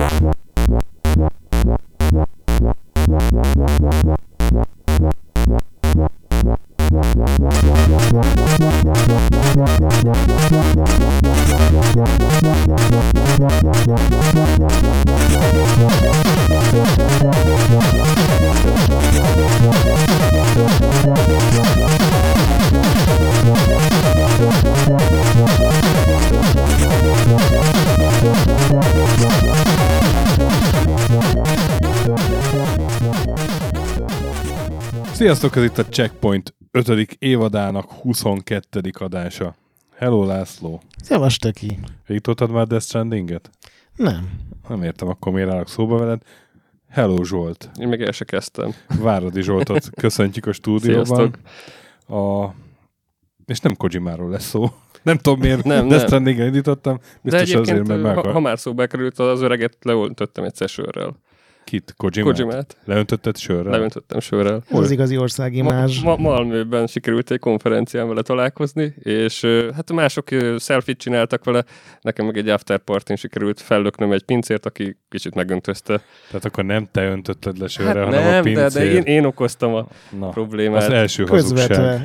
Sziasztok, ez itt a Checkpoint 5. évadának 22. adása. Hello, László. Szevas, Töki. Végigtoltad már Death Strandinget? Nem. Nem értem, akkor miért állok szóba veled. Hello, Zsolt. Én még el se kezdtem. Váradi Zsoltot köszöntjük a stúdióban. Sziasztok. És nem Kojimáról lesz szó. Nem tudom miért Death Strandingen indítottam. Biztos de egyébként, azért, mert ha már szóba került, az öreget leöntöttem egyszer sörrel. Kit? Kojimát? Leöntötted sörrel? Leöntöttem sörrel. Ez az igazi országimázs. Malmöben sikerült egy konferencián vele találkozni, és hát mások selfie-t csináltak vele, nekem meg egy afterpartyn sikerült fellöknöm egy pincért, aki kicsit megöntözte. Tehát akkor nem te öntötted le sörrel, Hát hanem nem, a pincér. de én okoztam a problémát. Az első hazugság. Közvetve.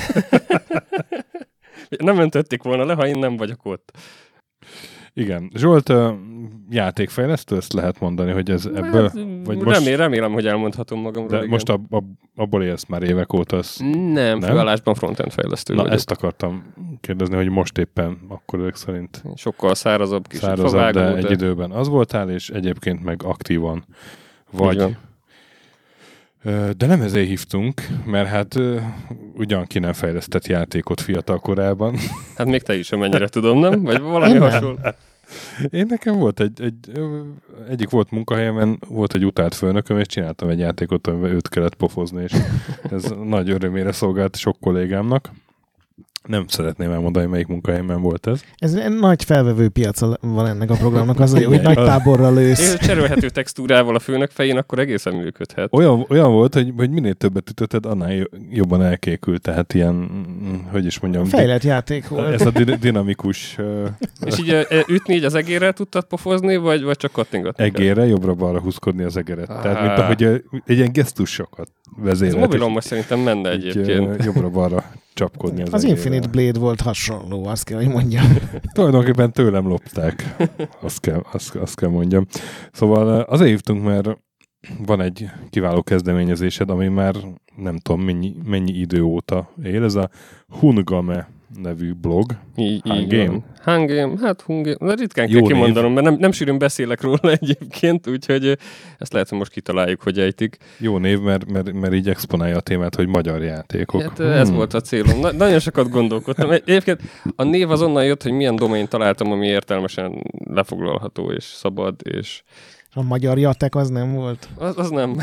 Nem öntötték volna le, ha én nem vagyok ott. Igen. Zsolt, játékfejlesztő, ezt lehet mondani, hogy ez ebből... Hát, vagy most, remélem, hogy elmondhatom magamról. de igen. most abból élsz már évek óta. Nem, főállásban frontend fejlesztő Na, vagyok. ezt akartam kérdezni, hogy most éppen akkor ők szerint Sokkal szárazabb, kicsit szárazabb, favágó, de egy időben az voltál, és egyébként meg aktívan vagy. De nem ezért hívtunk, mert hát ugyan ki nem fejlesztett játékot fiatal korában. Hát még te is, amennyire tudom, nem? Vagy valami Nem. hasonló. Én nekem volt egyik volt munkahelyemen, volt egy utált főnököm, és csináltam egy játékot, amivel őt kellett pofozni, és ez nagy örömére szolgált sok kollégámnak. Nem szeretném elmondani, melyik munkahelyemen volt ez. Ez egy nagy felvevő piaca van ennek a programnak, az, hogy nagy táborra lősz. És cserélhető textúrával a főnök fején, akkor egészen működhet. Olyan volt, hogy minél többet ütötted, annál jobban elkékült, tehát ilyen, hogy is mondjam... Fejlett játék volt. Ez a dinamikus... És így ütni így az egérrel tudtad pofozni, vagy csak kattingatni? Egérre, jobbra-balra húzkodni az egeret. Tehát, mint ahogy egy ilyen gesztusokat vezérelt. Ez mobilon most szerintem menne egyébként. Jobbra-balra csapkodni az Az egérrel. Infinite Blade volt hasonló, azt kell, hogy mondjam. Tulajdonképpen tőlem lopták, azt kell mondjam. Szóval azért hívtunk, mert van egy kiváló kezdeményezésed, ami már nem tudom mennyi idő óta él. Ez a Hungame nevű blog. Hungame. Hát Hungame. De ritkán Jó kell név. kimondanom, mert nem sűrűn beszélek róla egyébként, úgyhogy ezt lehet, hogy most kitaláljuk, hogy ejtik. Jó név, mert így exponálja a témát, hogy magyar játékok. Hát ez volt a célom. Nagyon sokat gondolkodtam. Egyébként a név az onnan jött, hogy milyen domain találtam, ami értelmesen lefoglalható és szabad, és A magyar jatek az nem volt. az nem.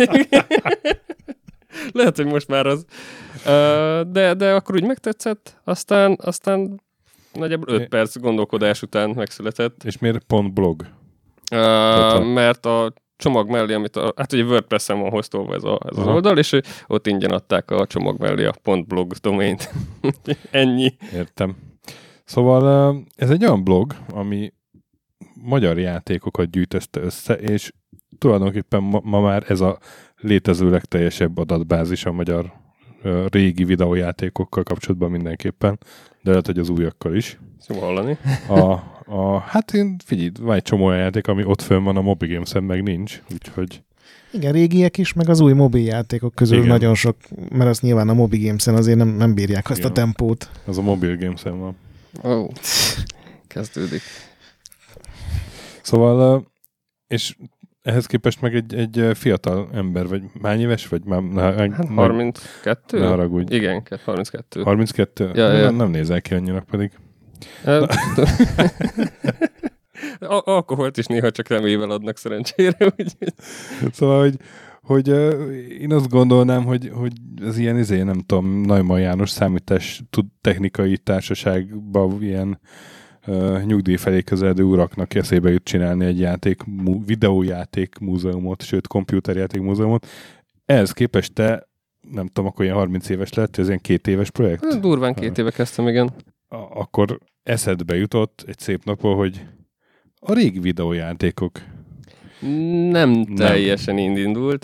Lehet, hogy most már az. De akkor úgy megtetszett, aztán nagyjából 5 perc gondolkodás után megszületett. És miért pont blog? Mert a csomag mellé, hát ugye WordPress-en van hostolva ez az oldal, és ott ingyen adták a csomag mellé a .blog domaint. Ennyi. Értem. Szóval ez egy olyan blog, ami magyar játékokat gyűjtözte össze, és tulajdonképpen ma már ez a létező legteljesebb adatbázis a magyar régi videójátékokkal kapcsolatban mindenképpen, de lehet, hogy az újakkal is. Szóval hallani. Hát én figyelj, van egy csomó olyan játék, ami ott fönn van, a Mobi Games-en meg nincs, úgyhogy... Igen, régiek is, meg az új mobil játékok közül igen. Nagyon sok, mert azt nyilván a Mobi Games-en azért nem bírják azt Igen. a tempót. Az a Mobile Games-en van. Kezdődik. Szóval, és ehhez képest meg egy fiatal ember, vagy hány éves vagy? Már, 32? Ne haragudj. Igen, 32. 32? Ja. Nem nézel ki annyinak pedig. Alkoholt is néha csak remével adnak szerencsére. Úgyhogy... Szóval, hogy én azt gondolnám, hogy ez ilyen, nem tudom, Neumann János számítás technikai társaságban ilyen nyugdíj felé közeledő uraknak eszébe jut csinálni egy videójáték múzeumot, sőt, komputerjáték múzeumot. Ehhez képest te, nem tudom, akkor ilyen 30 éves lett, ez ilyen 2 éves projekt? Durván 2 éve kezdtem, igen. Akkor eszedbe jutott egy szép napon, hogy A régi videójátékok. Nem teljesen indult.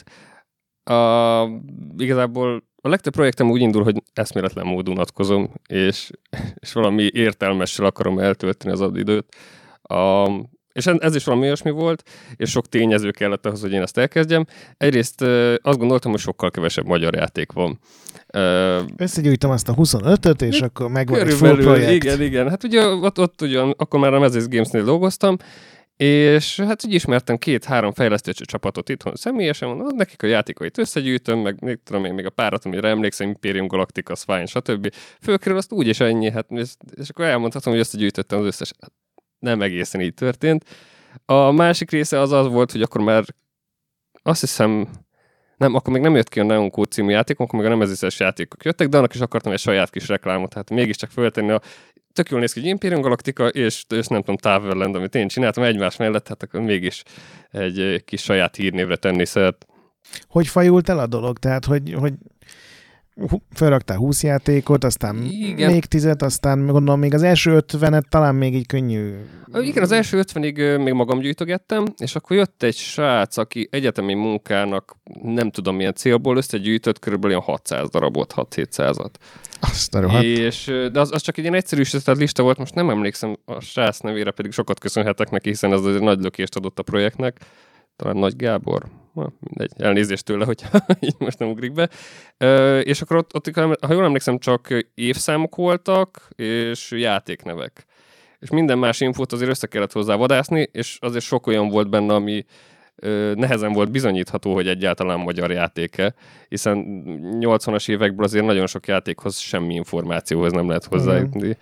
Igazából a legtöbb projektem úgy indul, hogy eszméletlen módon unatkozom, és valami értelmessel akarom eltölteni az adott időt. És ez is valami olyasmi volt, és sok tényező kellett ahhoz, hogy én ezt elkezdjem. Egyrészt azt gondoltam, hogy sokkal kevesebb magyar játék van. Összegyűjtöm azt a 25-öt, és akkor megvan egy full projekt. Igen. Hát ugye ott ugyan, akkor már a Mezés Games-nél dolgoztam, és hát úgy ismertem 2-3 fejlesztő csapatot itthon személyesen, mondom, nekik a játékait összegyűjtöm, meg még tudom én, még a párat, amire emlékszem, Imperium Galactica, Swine, stb. Fölkerül azt úgy is ennyi, hát, és akkor elmondhatom, hogy összegyűjtöttem az összes. Nem egészen így történt. A másik része az volt, hogy akkor már azt hiszem, akkor még nem jött ki a Neon Code című játék, akkor még a nemezéses játékok jöttek, de annak is akartam egy saját kis reklámot, hát mégiscsak föltenni tök jól néz ki, hogy Imperium Galactica, és nem tudom, Towerland, amit én csináltam egymás mellett, hát akkor mégis egy kis saját hírnévre tenni szert. Hogy fajult el a dolog? Tehát, hogy felraktál 20 játékot, aztán igen. Még 10, aztán gondolom még az első 50-et talán még így könnyű. Igen, az első 50-ig még magam gyűjtögettem, és akkor jött egy srác, aki egyetemi munkának nem tudom milyen célból összegyűjtött körülbelül 600 darabot, 600-700-at. De az csak egy ilyen egyszerűsített lista volt, most nem emlékszem a srác nevére, pedig sokat köszönhetek neki, hiszen ez egy nagy lökést adott a projektnek. Talán Nagy Gábor. Mindegy, elnézést tőle, hogy így most nem ugrik be. És akkor ott, ha jól emlékszem, csak évszámok voltak, és játéknevek. És minden más infót azért össze kellett hozzá vadászni, és azért sok olyan volt benne, ami nehezen volt bizonyítható, hogy egyáltalán magyar játéke, hiszen 80-as évekből azért nagyon sok játékhoz semmi információhoz nem lehet hozzájutni.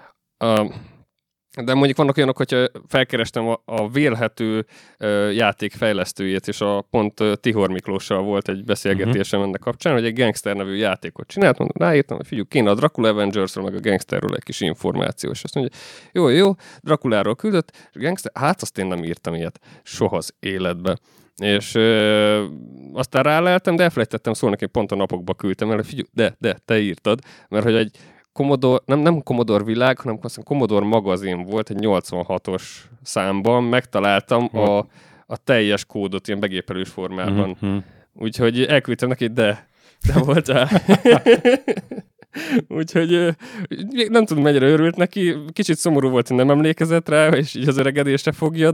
De mondjuk vannak olyanok, hogyha felkerestem a vélhető játék fejlesztőjét, és pont Tihor Miklóssal volt egy beszélgetésem ennek kapcsán, hogy egy Gangster nevű játékot csinált, mondom, ráírtam, hogy figyelj, kéne a Dracula Avengersről, meg a Gangsterről egy kis információ, és azt mondja, jó, Draculáról küldött, és a Gangster, hát azt én nem írtam ilyet, soha az életbe. És aztán ráleltem, de elfelejtettem szólni, hogy pont a napokba küldtem el, hogy figyelj, de te írtad, mert hogy egy Commodore, nem Commodore világ, hanem Commodore magazin volt, egy 86-os számban, megtaláltam a teljes kódot ilyen begépelős formában. Úgyhogy elküldtem neki, de voltál. Úgyhogy nem tudom, mennyire örült neki. Kicsit szomorú volt, hogy nem emlékezett rá, és így az öregedésre fogja,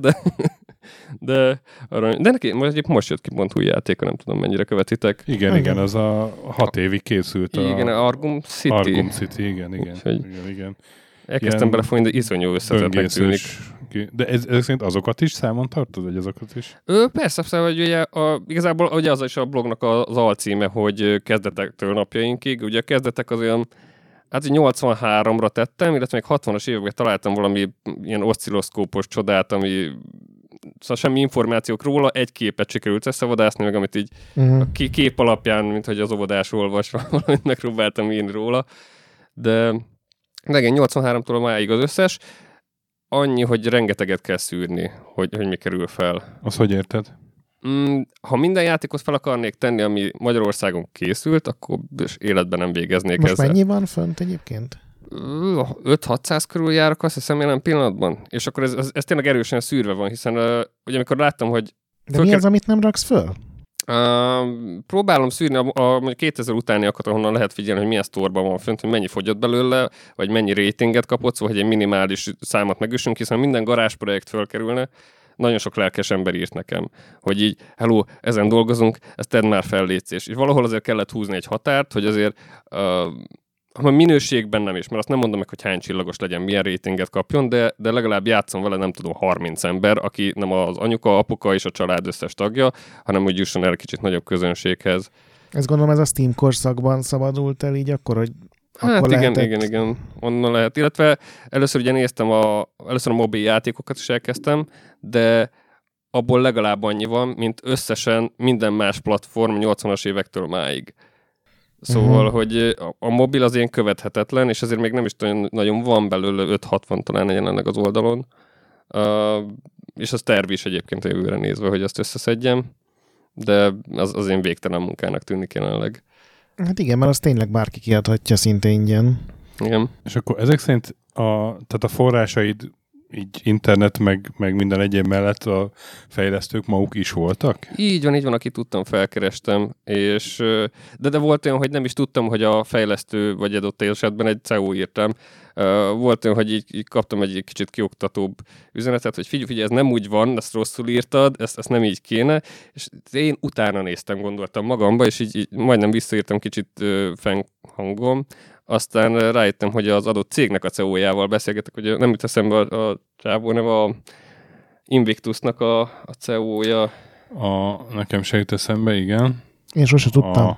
de neki most jött ki pont új játéka, nem tudom, mennyire követitek. Igen, az a 6 évig készült. Igen, Argum City. Argum City, igen. Elkezdtem belefolyni, de iszonyú összetettnek tűnik. De ezek szerint azokat is számon tartod, vagy azokat is? Persze, hogy ugye igazából ugye az is a blognak az alcíme, hogy kezdetektől napjainkig. Ugye a kezdetek az olyan, hát 83-ra tettem, illetve még 60-as években találtam valami ilyen oszcilloszkópos csodát, ami szóval semmi információk róla, egy képet sikerült összevadászni, meg amit így a kép alapján, mint hogy az óvodás olvasva valamit megpróbáltam írni róla. De igen, 83-tól máig az összes. Annyi, hogy rengeteget kell szűrni, hogy mi kerül fel. Azt hogy érted? Ha minden játékot fel akarnék tenni, ami Magyarországon készült, akkor életben nem végeznék most ezzel. Most mennyi van fönt egyébként? 5-600 körül járok, azt hiszem jelen pillanatban. És akkor ez tényleg erősen szűrve van, hiszen ugye amikor láttam, hogy... De mi az, amit nem raksz föl? Próbálom szűrni a 2000 utániakat, ahonnan lehet figyelni, hogy milyen sztorban van fönt, hogy mennyi fogyott belőle, vagy mennyi ratinget kapott, szóval hogy egy minimális számot megüssünk, hiszen minden garázsprojekt fölkerülne. Nagyon sok lelkes ember írt nekem, hogy így, hello, ezen dolgozunk, ezt tedd már fel, létsz. És valahol azért kellett húzni egy határt, hogy azért a minőségben nem is, mert azt nem mondom meg, hogy hány csillagos legyen, milyen ratinget kapjon, de legalább játszom vele, nem tudom, 30 ember, aki nem az anyuka, apuka és a család összes tagja, hanem hogy jusson el kicsit nagyobb közönséghez. Ezt gondolom, ez a Steam korszakban szabadult el így akkor, hogy hát akkor igen, onnan lehet. Illetve először ugye néztem először a mobil játékokat is elkezdtem, de abból legalább annyi van, mint összesen minden más platform 80-as évektől máig. Szóval, hogy a mobil az ilyen követhetetlen, és azért még nem is nagyon van belőle, 5-60 talán jelenleg az oldalon. És az terv is egyébként a jövőre nézve, hogy azt összeszedjem, de az én végtelen munkának tűnik jelenleg. Hát igen, mert az tényleg bárki kiadhatja szinte ingyen. Igen. És akkor ezek szerint tehát a forrásaid így internet, meg minden egyéb mellett a fejlesztők maguk is voltak? Így van, aki tudtam, felkerestem, és de volt olyan, hogy nem is tudtam, hogy a fejlesztő, vagy adott esetben egy CEO írtam. Volt olyan, hogy így kaptam egy kicsit kioktatóbb üzenetet, hogy figyelj, ez nem úgy van, ezt rosszul írtad, ezt nem így kéne, és én utána néztem, gondoltam magamba, és így majdnem visszaírtam kicsit fennhangom. Aztán rájöttem, hogy az adott cégnek a CEO-jával beszélgetek, hogy nem jut eszembe a csávó, nem a Invictusnak a CEO-ja. Nekem se jut eszembe, igen. Én sose tudtam.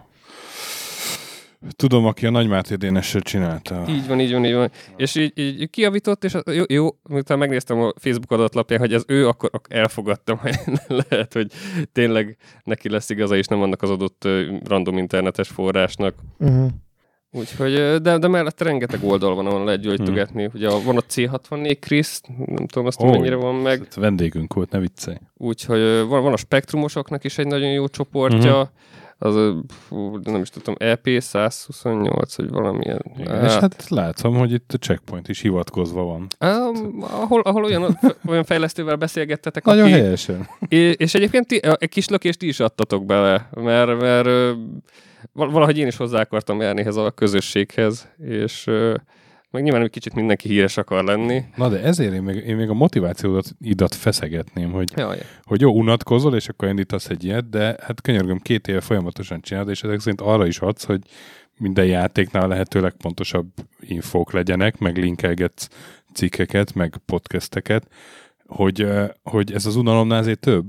Tudom, aki a Nagy Máté DNS-et csinálta. Így van. És így kijavított, és jó, miután megnéztem a Facebook adatlapján, hogy ez ő, akkor elfogadtam, hogy lehet, hogy tényleg neki lesz igaza, és nem annak az adott random internetes forrásnak. Uh-huh. Úgyhogy, de mellett rengeteg oldal van, ahol lehet gyógytogatni. Ugye van a C64 Chris, nem tudom azt, mennyire van meg. Vendégünk volt, ne viccelj. Úgyhogy van a spektrumosoknak is egy nagyon jó csoportja. Az, nem is tudom, EP128, vagy valamilyen. Igen, és hát látom, hogy itt a Checkpoint is hivatkozva van. Ahol olyan fejlesztővel beszélgettetek. Nagyon helyesen. És egyébként egy kis lökést is adtatok bele, mert valahogy én is hozzá akartam járni ehhez a közösséghez, és meg nyilván egy kicsit mindenki híres akar lenni. Na de ezért én még a motivációdat feszegetném, hogy jó, unatkozol, és akkor indítasz egy ilyet, de hát könyörgöm, 2 éve folyamatosan csinálod, és ezek szerint arra is adsz, hogy minden játéknál lehetőleg pontosabb infók legyenek, meg linkelgetsz cikkeket, meg podcasteket, hogy ez az unalomnál azért több.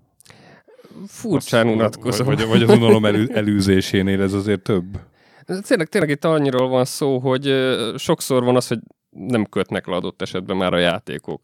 Furcsán unatkozom. Vagy az unalom elűzésénél ez azért több. Tényleg itt annyiról van szó, hogy sokszor van az, hogy nem kötnek le adott esetben már a játékok.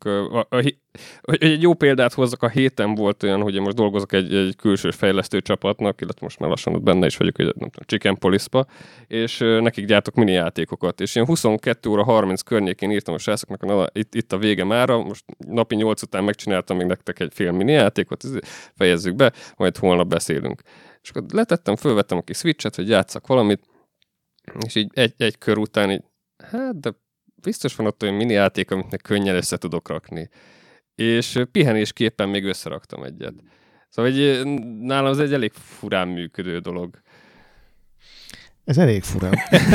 Egy jó példát hozzak, a héten volt olyan, hogy én most dolgozok egy külső fejlesztő csapatnak, illetve most már lassan ott benne is vagyok, egy, nem tudom, Chicken Police-ba, és nekik gyártok mini játékokat. És ilyen 22 óra 30 környékén írtam a srácoknak, na, itt a vége mára, most napi 8 után megcsináltam még nektek egy fél mini játékot, fejezzük be, majd holnap beszélünk. És akkor letettem, fölvettem a kis switchet, hogy játsszak valamit, és így egy kör után így, hát de biztos van ott olyan mini játék, amit könnyen össze tudok rakni. És pihenésképpen még összeraktam egyet. Szóval nálam ez egy elég furán működő dolog. Ez elég fura.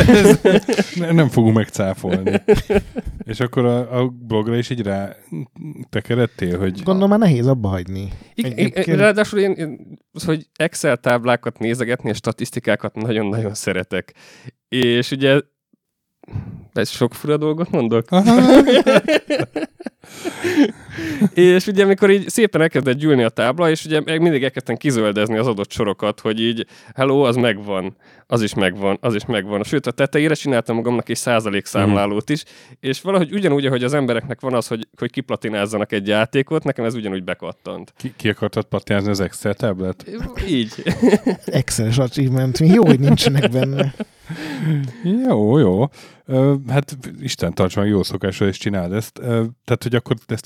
Nem fogunk megcáfolni. És akkor a blogra is így rá tekeredtél, hogy... Gondolom már nehéz abba hagyni. Ráadásul én, hogy Excel táblákat nézegetni, és statisztikákat nagyon-nagyon szeretek. És ugye ez sok fura dolgot mondok? És ugye amikor így szépen elkezdett gyűlni a tábla, és ugye mindig elkezdtem kizöldezni az adott sorokat, hogy így hello, az megvan, az is megvan. Sőt, a tetejére csináltam magamnak egy százalékszámlálót is, és valahogy ugyanúgy, ahogy az embereknek van az, hogy kiplatinázzanak egy játékot, nekem ez ugyanúgy bekattant. Ki akartad platinázni az Excel táblát? Így. Excel-es achievement, jó, hogy nincsenek benne. Jó. Hát Isten tarts meg, jó szokásra is csináld ezt. Tehát, hogy akkor ezt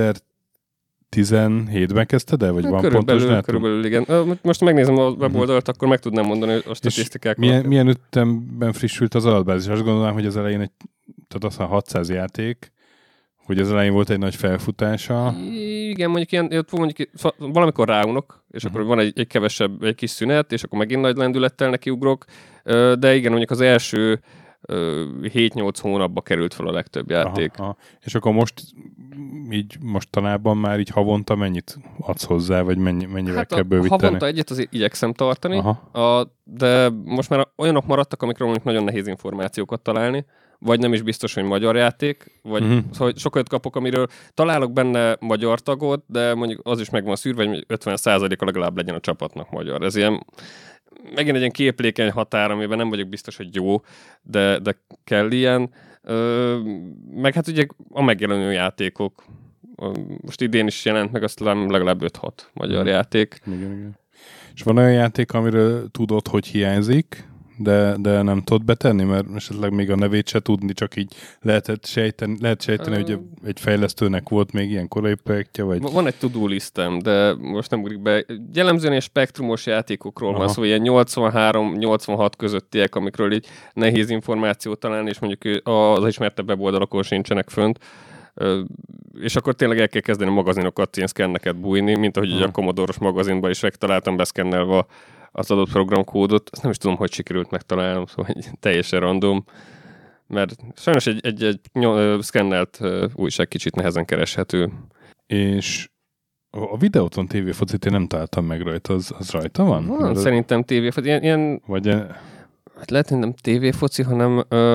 2017-ben kezdted el, vagy van pontos dátum? Körülbelül, igen. Most megnézem a weboldalt, akkor meg tudnám mondani a statisztikákat. Milyen ütemben frissült az adatbázis? Azt gondolom, hogy az elején tehát aztán 600 játék, hogy az elején volt egy nagy felfutása. Igen, mondjuk valamikor ráunok, és akkor van egy kevesebb, egy kis szünet, és akkor megint nagy lendülettel nekiugrok, de igen, mondjuk az első 7-8 hónapba került fel a legtöbb játék. Aha. És akkor így mostanában már így havonta mennyit adsz hozzá, vagy mennyivel kell bővíteni? Havonta egyet azért igyekszem tartani, de most már olyanok maradtak, amikről mondjuk nagyon nehéz információkat találni, vagy nem is biztos, hogy magyar játék, vagy szóval sok olyat kapok, amiről találok benne magyar tagot, de mondjuk az is meg van szűrve, hogy 50%-a legalább legyen a csapatnak magyar. Ez ilyen megint egy ilyen képlékeny határ, amiben nem vagyok biztos, hogy jó, de kell ilyen. Meg hát ugye a megjelenő játékok. Most idén is jelent meg, azt legalább 5-6 magyar játék. Igen. És van olyan játék, amiről tudod, hogy hiányzik, de nem tudod betenni, mert esetleg még a nevét se tudni, csak így lehet sejteni, hogy egy fejlesztőnek volt még ilyen korai projektje, vagy... Van egy to-do listem, de most nem ugrik be. Jellemzően ilyen spektrumos játékokról van szó, ilyen 83-86 közöttiek, amikről így nehéz információt találni, és mondjuk az ismertebb weboldalakon sincsenek fönt. És akkor tényleg el kell kezdeni a magazinokat, ilyen szkenneket bújni, mint ahogy a Commodore-os magazinban is megtaláltam beszkennelve az adott programkódot. Azt nem is tudom, hogy sikerült megtalálnom, szóval teljesen random. Mert sajnos egy szkennelt újság kicsit nehezen kereshető. És a Videóton TV focit én nem találtam meg rajta, az rajta van? Van szerintem TV foci, ilyen vagy hát lehet, hogy nem TV foci, hanem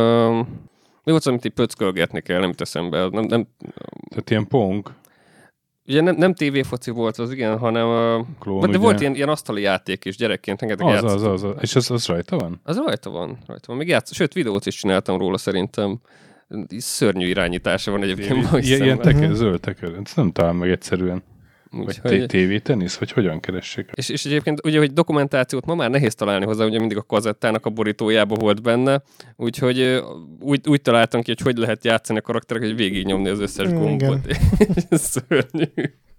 mi volt az, amit így pöckölgetni kell, nem teszem be. Nem, tehát ilyen pong? Ugye nem TV foci volt az, igen, hanem Klón, de volt ilyen asztali játék is gyerekként. Az. És az rajta van? Az rajta van. Még sőt, videót is csináltam róla szerintem. Szörnyű irányítása van egyébként. Ilyen zöld teker, ezt nem talán meg egyszerűen. Vagy tévétenisz, vagy hogyan keressék? És egyébként ugye, hogy dokumentációt ma már nehéz találni hozzá, ugye mindig a kazettának a borítójába volt benne, úgyhogy úgy találtam ki, hogy lehet játszani a karakterek, hogy végignyomni az összes gombot. Szörnyű.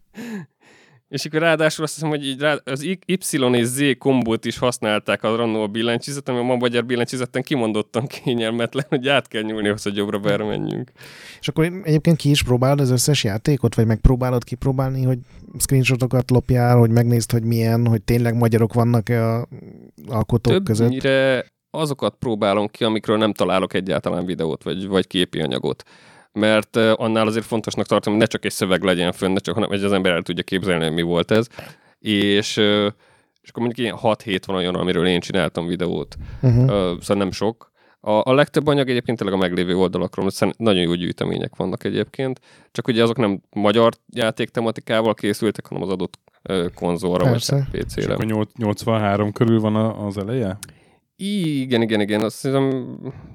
És akkor ráadásul azt hiszem, hogy így az Y és Z kombót is használták a random a billentyűzeten, ami a magyar billentyűzeten kimondottan kényelmetlen, hogy át kell nyúlni, hogy jobbra balra menjünk. És akkor egyébként ki is próbálod az összes játékot, vagy megpróbálod kipróbálni, hogy screenshotokat lopjál, hogy megnézd, hogy milyen, hogy tényleg magyarok vannak-e a alkotók között? Többnyire azokat próbálom ki, amikről nem találok egyáltalán videót, vagy képi anyagot. Mert annál azért fontosnak tartom, hogy ne csak egy szöveg legyen fönn, hanem hogy az ember el tudja képzelni, hogy mi volt ez. És akkor mondjuk ilyen 6-7 van olyan, amiről én csináltam videót. Szóval nem sok. A legtöbb anyag egyébként tényleg a meglévő oldalakról, nagyon jó gyűjtemények vannak egyébként, csak ugye azok nem magyar játék tematikával készültek, hanem az adott konzolra vagy PC-re. És akkor 83 körül van az eleje? Igen. Azt hiszem...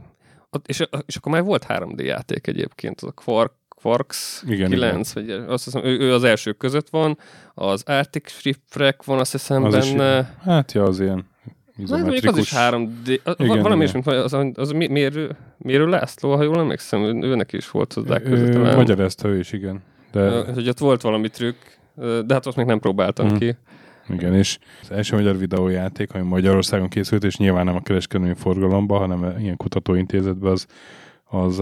És akkor már volt 3D játék egyébként, az a Quarks 9, vagy azt hiszem, ő az elsők között van, az Arctic Shipwreck van, azt hiszem az benne. Is, hát ja, az ilyen izometrikus. Az is 3D, valami is, mint az Mérő László, ha jól emlékszem, őnek is volt hozzá között. Magyarázta ő is, igen. Hogy ott volt valami trükk, de hát azt még nem próbáltam ki. Igen, és az első magyar videójáték, ami Magyarországon készült, és nyilván nem a kereskedelmi forgalomban, hanem ilyen kutatóintézetben, az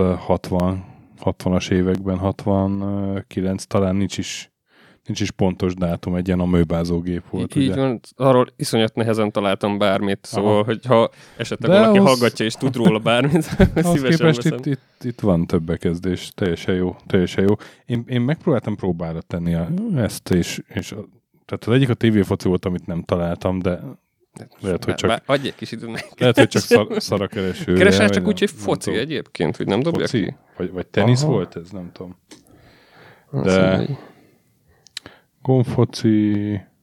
60-as években, 69, talán nincs is pontos dátum, egy ilyen amöbázógép volt. Így van, arról iszonyat nehezen találtam bármit, szóval, hogyha esetleg valaki hallgatja és tud róla bármit, szívesen veszem. Itt van több bekezdés, teljesen jó. Én megpróbáltam próbára tenni ezt, és tehát az egyik a TV foci volt, amit nem találtam, de lehet, hogy csak... Adj egy kis időnek. Lehet, hogy csak szarakeresőre. Keresel csak úgy, hogy foci egyébként, hogy nem dobja ki. Vagy tenisz volt ez? Nem tudom. De gombfoci...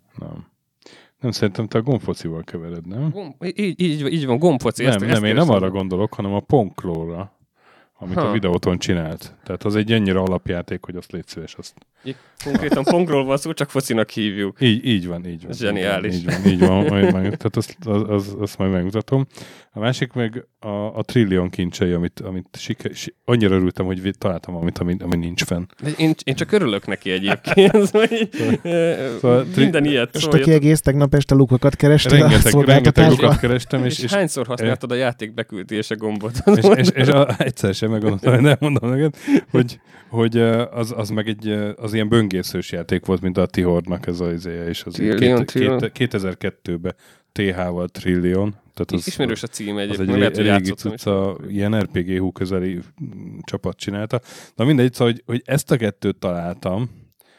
Nem szerintem te a gombfocival kevered, nem? Így van, gombfoci. Nem, én nem arra gondolok, hanem a Ponklóra, amit a Videóton csinált. Tehát az egy ennyire alapjáték, hogy azt légy szíves. Konkrétan Pongról van szó, csak focinak hívjuk. Így van. Zseniális. Így van. Tehát azt majd megmutatom. A másik meg a Trillion kincsei, amit annyira örültem, hogy találtam ami nincs fenn. Én csak örülök neki egyébként. Szóval minden ilyet. És te kiegész tegnap este lukokat kerestél rengeteg lukat kerestem. És hányszor használtad a játék beküldése gombot? És egyszer sem meggondoltam, hogy nem mondom neked, hogy az meg az ilyen böngészős játék volt, mint a Tihordnak ez az izéje, és az 2002-ben TH-val Trillion. Tehát ismerős a cím egyébként. Az egy régi cucca, ilyen RPG-hú közeli csapat csinálta. Na mindegy, szóval, hogy ezt a kettőt találtam,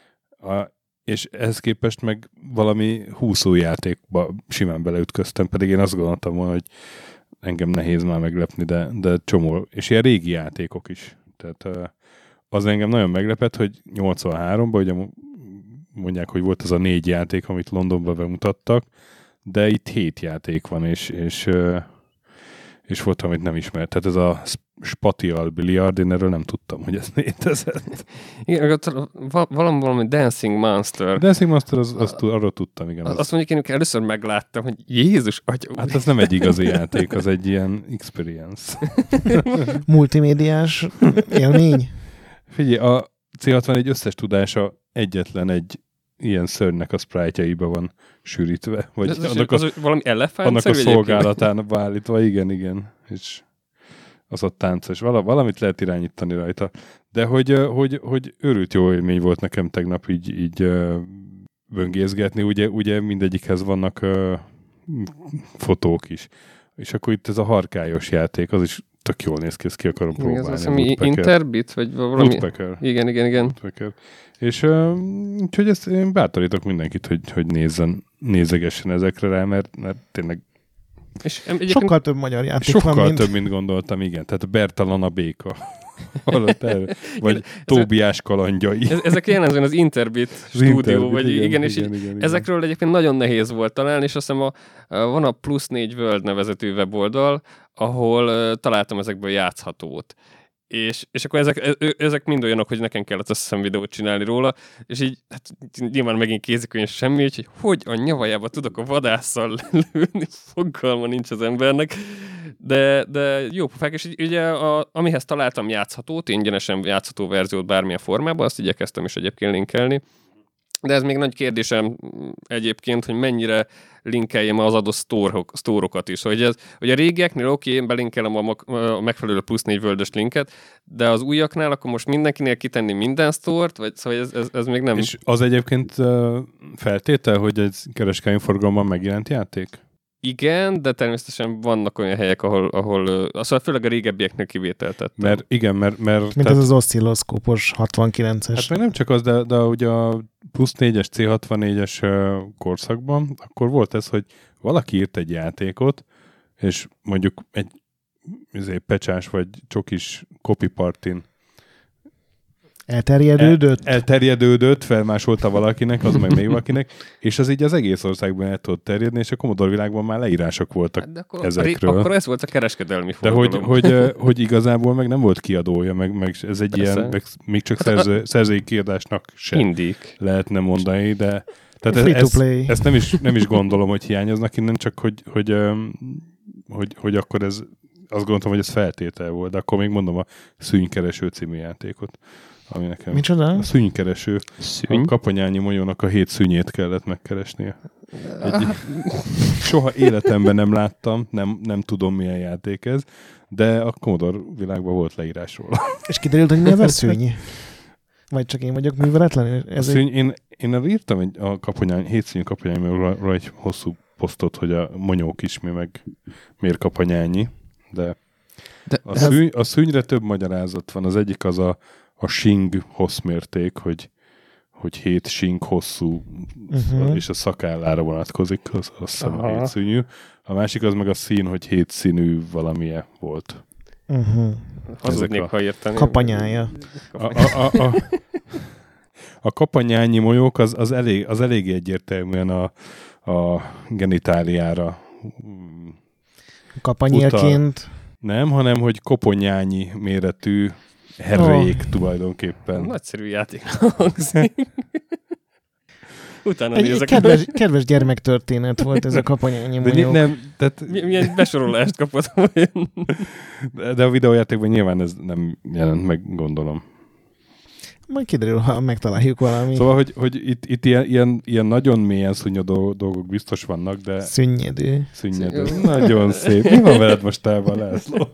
és ehhez képest meg valami 20 új játékba simán beleütköztem, pedig én azt gondoltam volna, hogy engem nehéz már meglepni, de csomó, és ilyen régi játékok is. Tehát az engem nagyon meglepett, hogy 83-ban, ugye mondják, hogy volt az a 4 játék, amit Londonban bemutattak, de itt 7 játék van, és volt, amit nem ismert. Tehát ez a Spatial Billiard, én erről nem tudtam, hogy ez létezett. Igen, valami Dancing Monster. Dancing Monster, arról tudtam, igen. Azt mondjuk, én először megláttam, hogy Jézus atya. Hát ez nem egy igazi játék, az egy ilyen experience. Multimédiás élmény. Figyelj, a C61 összes tudása egyetlen egy ilyen szörnynek a sprite-jaiba van sűrítve. Vagy valami elefánt? Annak a szolgálatán állítva, igen. És az ott táncos. Valamit lehet irányítani rajta. De hogy őrült jó élmény volt nekem tegnap így böngészgetni. Ugye mindegyikhez vannak fotók is. És akkor itt ez a harkályos játék, az is tök jól néz ki, ezt ki akarom próbálni. Ez az, Interbit? Vagy valami? Woodpecker. Igen. Woodpecker. És úgyhogy ezt én bátorítok mindenkit, hogy nézegessen ezekre rá, mert tényleg és sokkal több magyar játék van, sokkal több, mint gondoltam, igen. Tehát Bertalan a béka. Hallott erről? Vagy Tóbiás kalandjai. Ezek jellemzően az Interbit stúdió, vagy igen, ezekről egyébként nagyon nehéz volt találni, és azt hiszem van a Plus 4 World nevezetű weboldal, ahol találtam ezekből játszhatót. És akkor ezek mind olyanok, hogy nekem kellett azt hiszem videót csinálni róla, és így hát nyilván megint kézikönyv semmi, úgyhogy hogy a nyavajába tudok a vadásszal lőni, fogalma nincs az embernek, de jó pofák, és így, ugye amihez találtam játszhatót, ingyenesen játszható verziót bármilyen formában, azt igyekeztem is egyébként linkelni, de ez még nagy kérdésem egyébként, hogy mennyire linkeljem az adott sztórokat is. Hogy a régieknél én belinkelem a megfelelő plusz 4 World-ös linket, de az újaknál akkor most mindenkinél kitenni minden sztort, vagy szóval ez még nem... És az egyébként feltétel, hogy egy kereskedelmi forgalomban megjelent játék? Igen, de természetesen vannak olyan helyek, ahol szóval főleg a régebbieknél kivételtettem. Mert mint ez az oszcilloszkópos 69-es. Hát meg nem csak az, de ugye a plusz 4-es, C64-es korszakban, akkor volt ez, hogy valaki írt egy játékot, és mondjuk egy pecsás vagy csokis copy partin elterjedődött, felmásolta valakinek, az meg még valakinek, és az így az egész országban el tudott terjedni, és a Commodore világban már leírások voltak ezekről. Akkor ez volt a kereskedelmi forgalom. De hogy igazából meg nem volt kiadója, meg ez egy persze. Ilyen, meg még csak szerzői kiadásnak sem lehetne mondani, de tehát ezt nem is gondolom, hogy hiányoznak innen, csak hogy akkor ez, azt gondoltam, hogy ez feltétel volt, de akkor még mondom a Szűnykereső című játékot. Ami nekem micsoda? A szűnykereső. A Kapanyányi Molyónak a 7 szűnyét kellett megkeresnie. Soha életemben nem láttam, nem tudom milyen játék ez, de a Commodore világban volt leírás róla. És kiderült, hogy mi az a szűny? Vagy csak én vagyok műveletlen? Én írtam a Kapanyányi, 7 szűny Kapanyányiról egy hosszú posztot, hogy a monyók is meg miért Kapanyányi, de a szűnyre több magyarázat van. Az egyik az a Sing hosszmérték, hogy 7 Sing hosszú, és a szakállára vonatkozik, azt hiszem 7 szűnyű. A másik az meg a szín, hogy 7 színű valamilyen volt. Hazudnék, ha érteni. Kapanyája. A kapanyányi molyók az elég egyértelműen a genitáliára kapanyélként. Nem, hanem hogy koponyányi méretű herrék tulajdonképpen. Nagyszerű játék hangzik. Utána nézek. Kedves gyermektörténet volt ez a kapanyányi molyók. Milyen besorolást kapott? De a videójátékban nyilván ez nem jelent meg, gondolom. Majd kiderül, ha megtaláljuk valami. Szóval, hogy itt ilyen nagyon mélyen szunnyadó dolgok biztos vannak, de... Szünnyedő. Nagyon szép. Mi van veled mostában, László?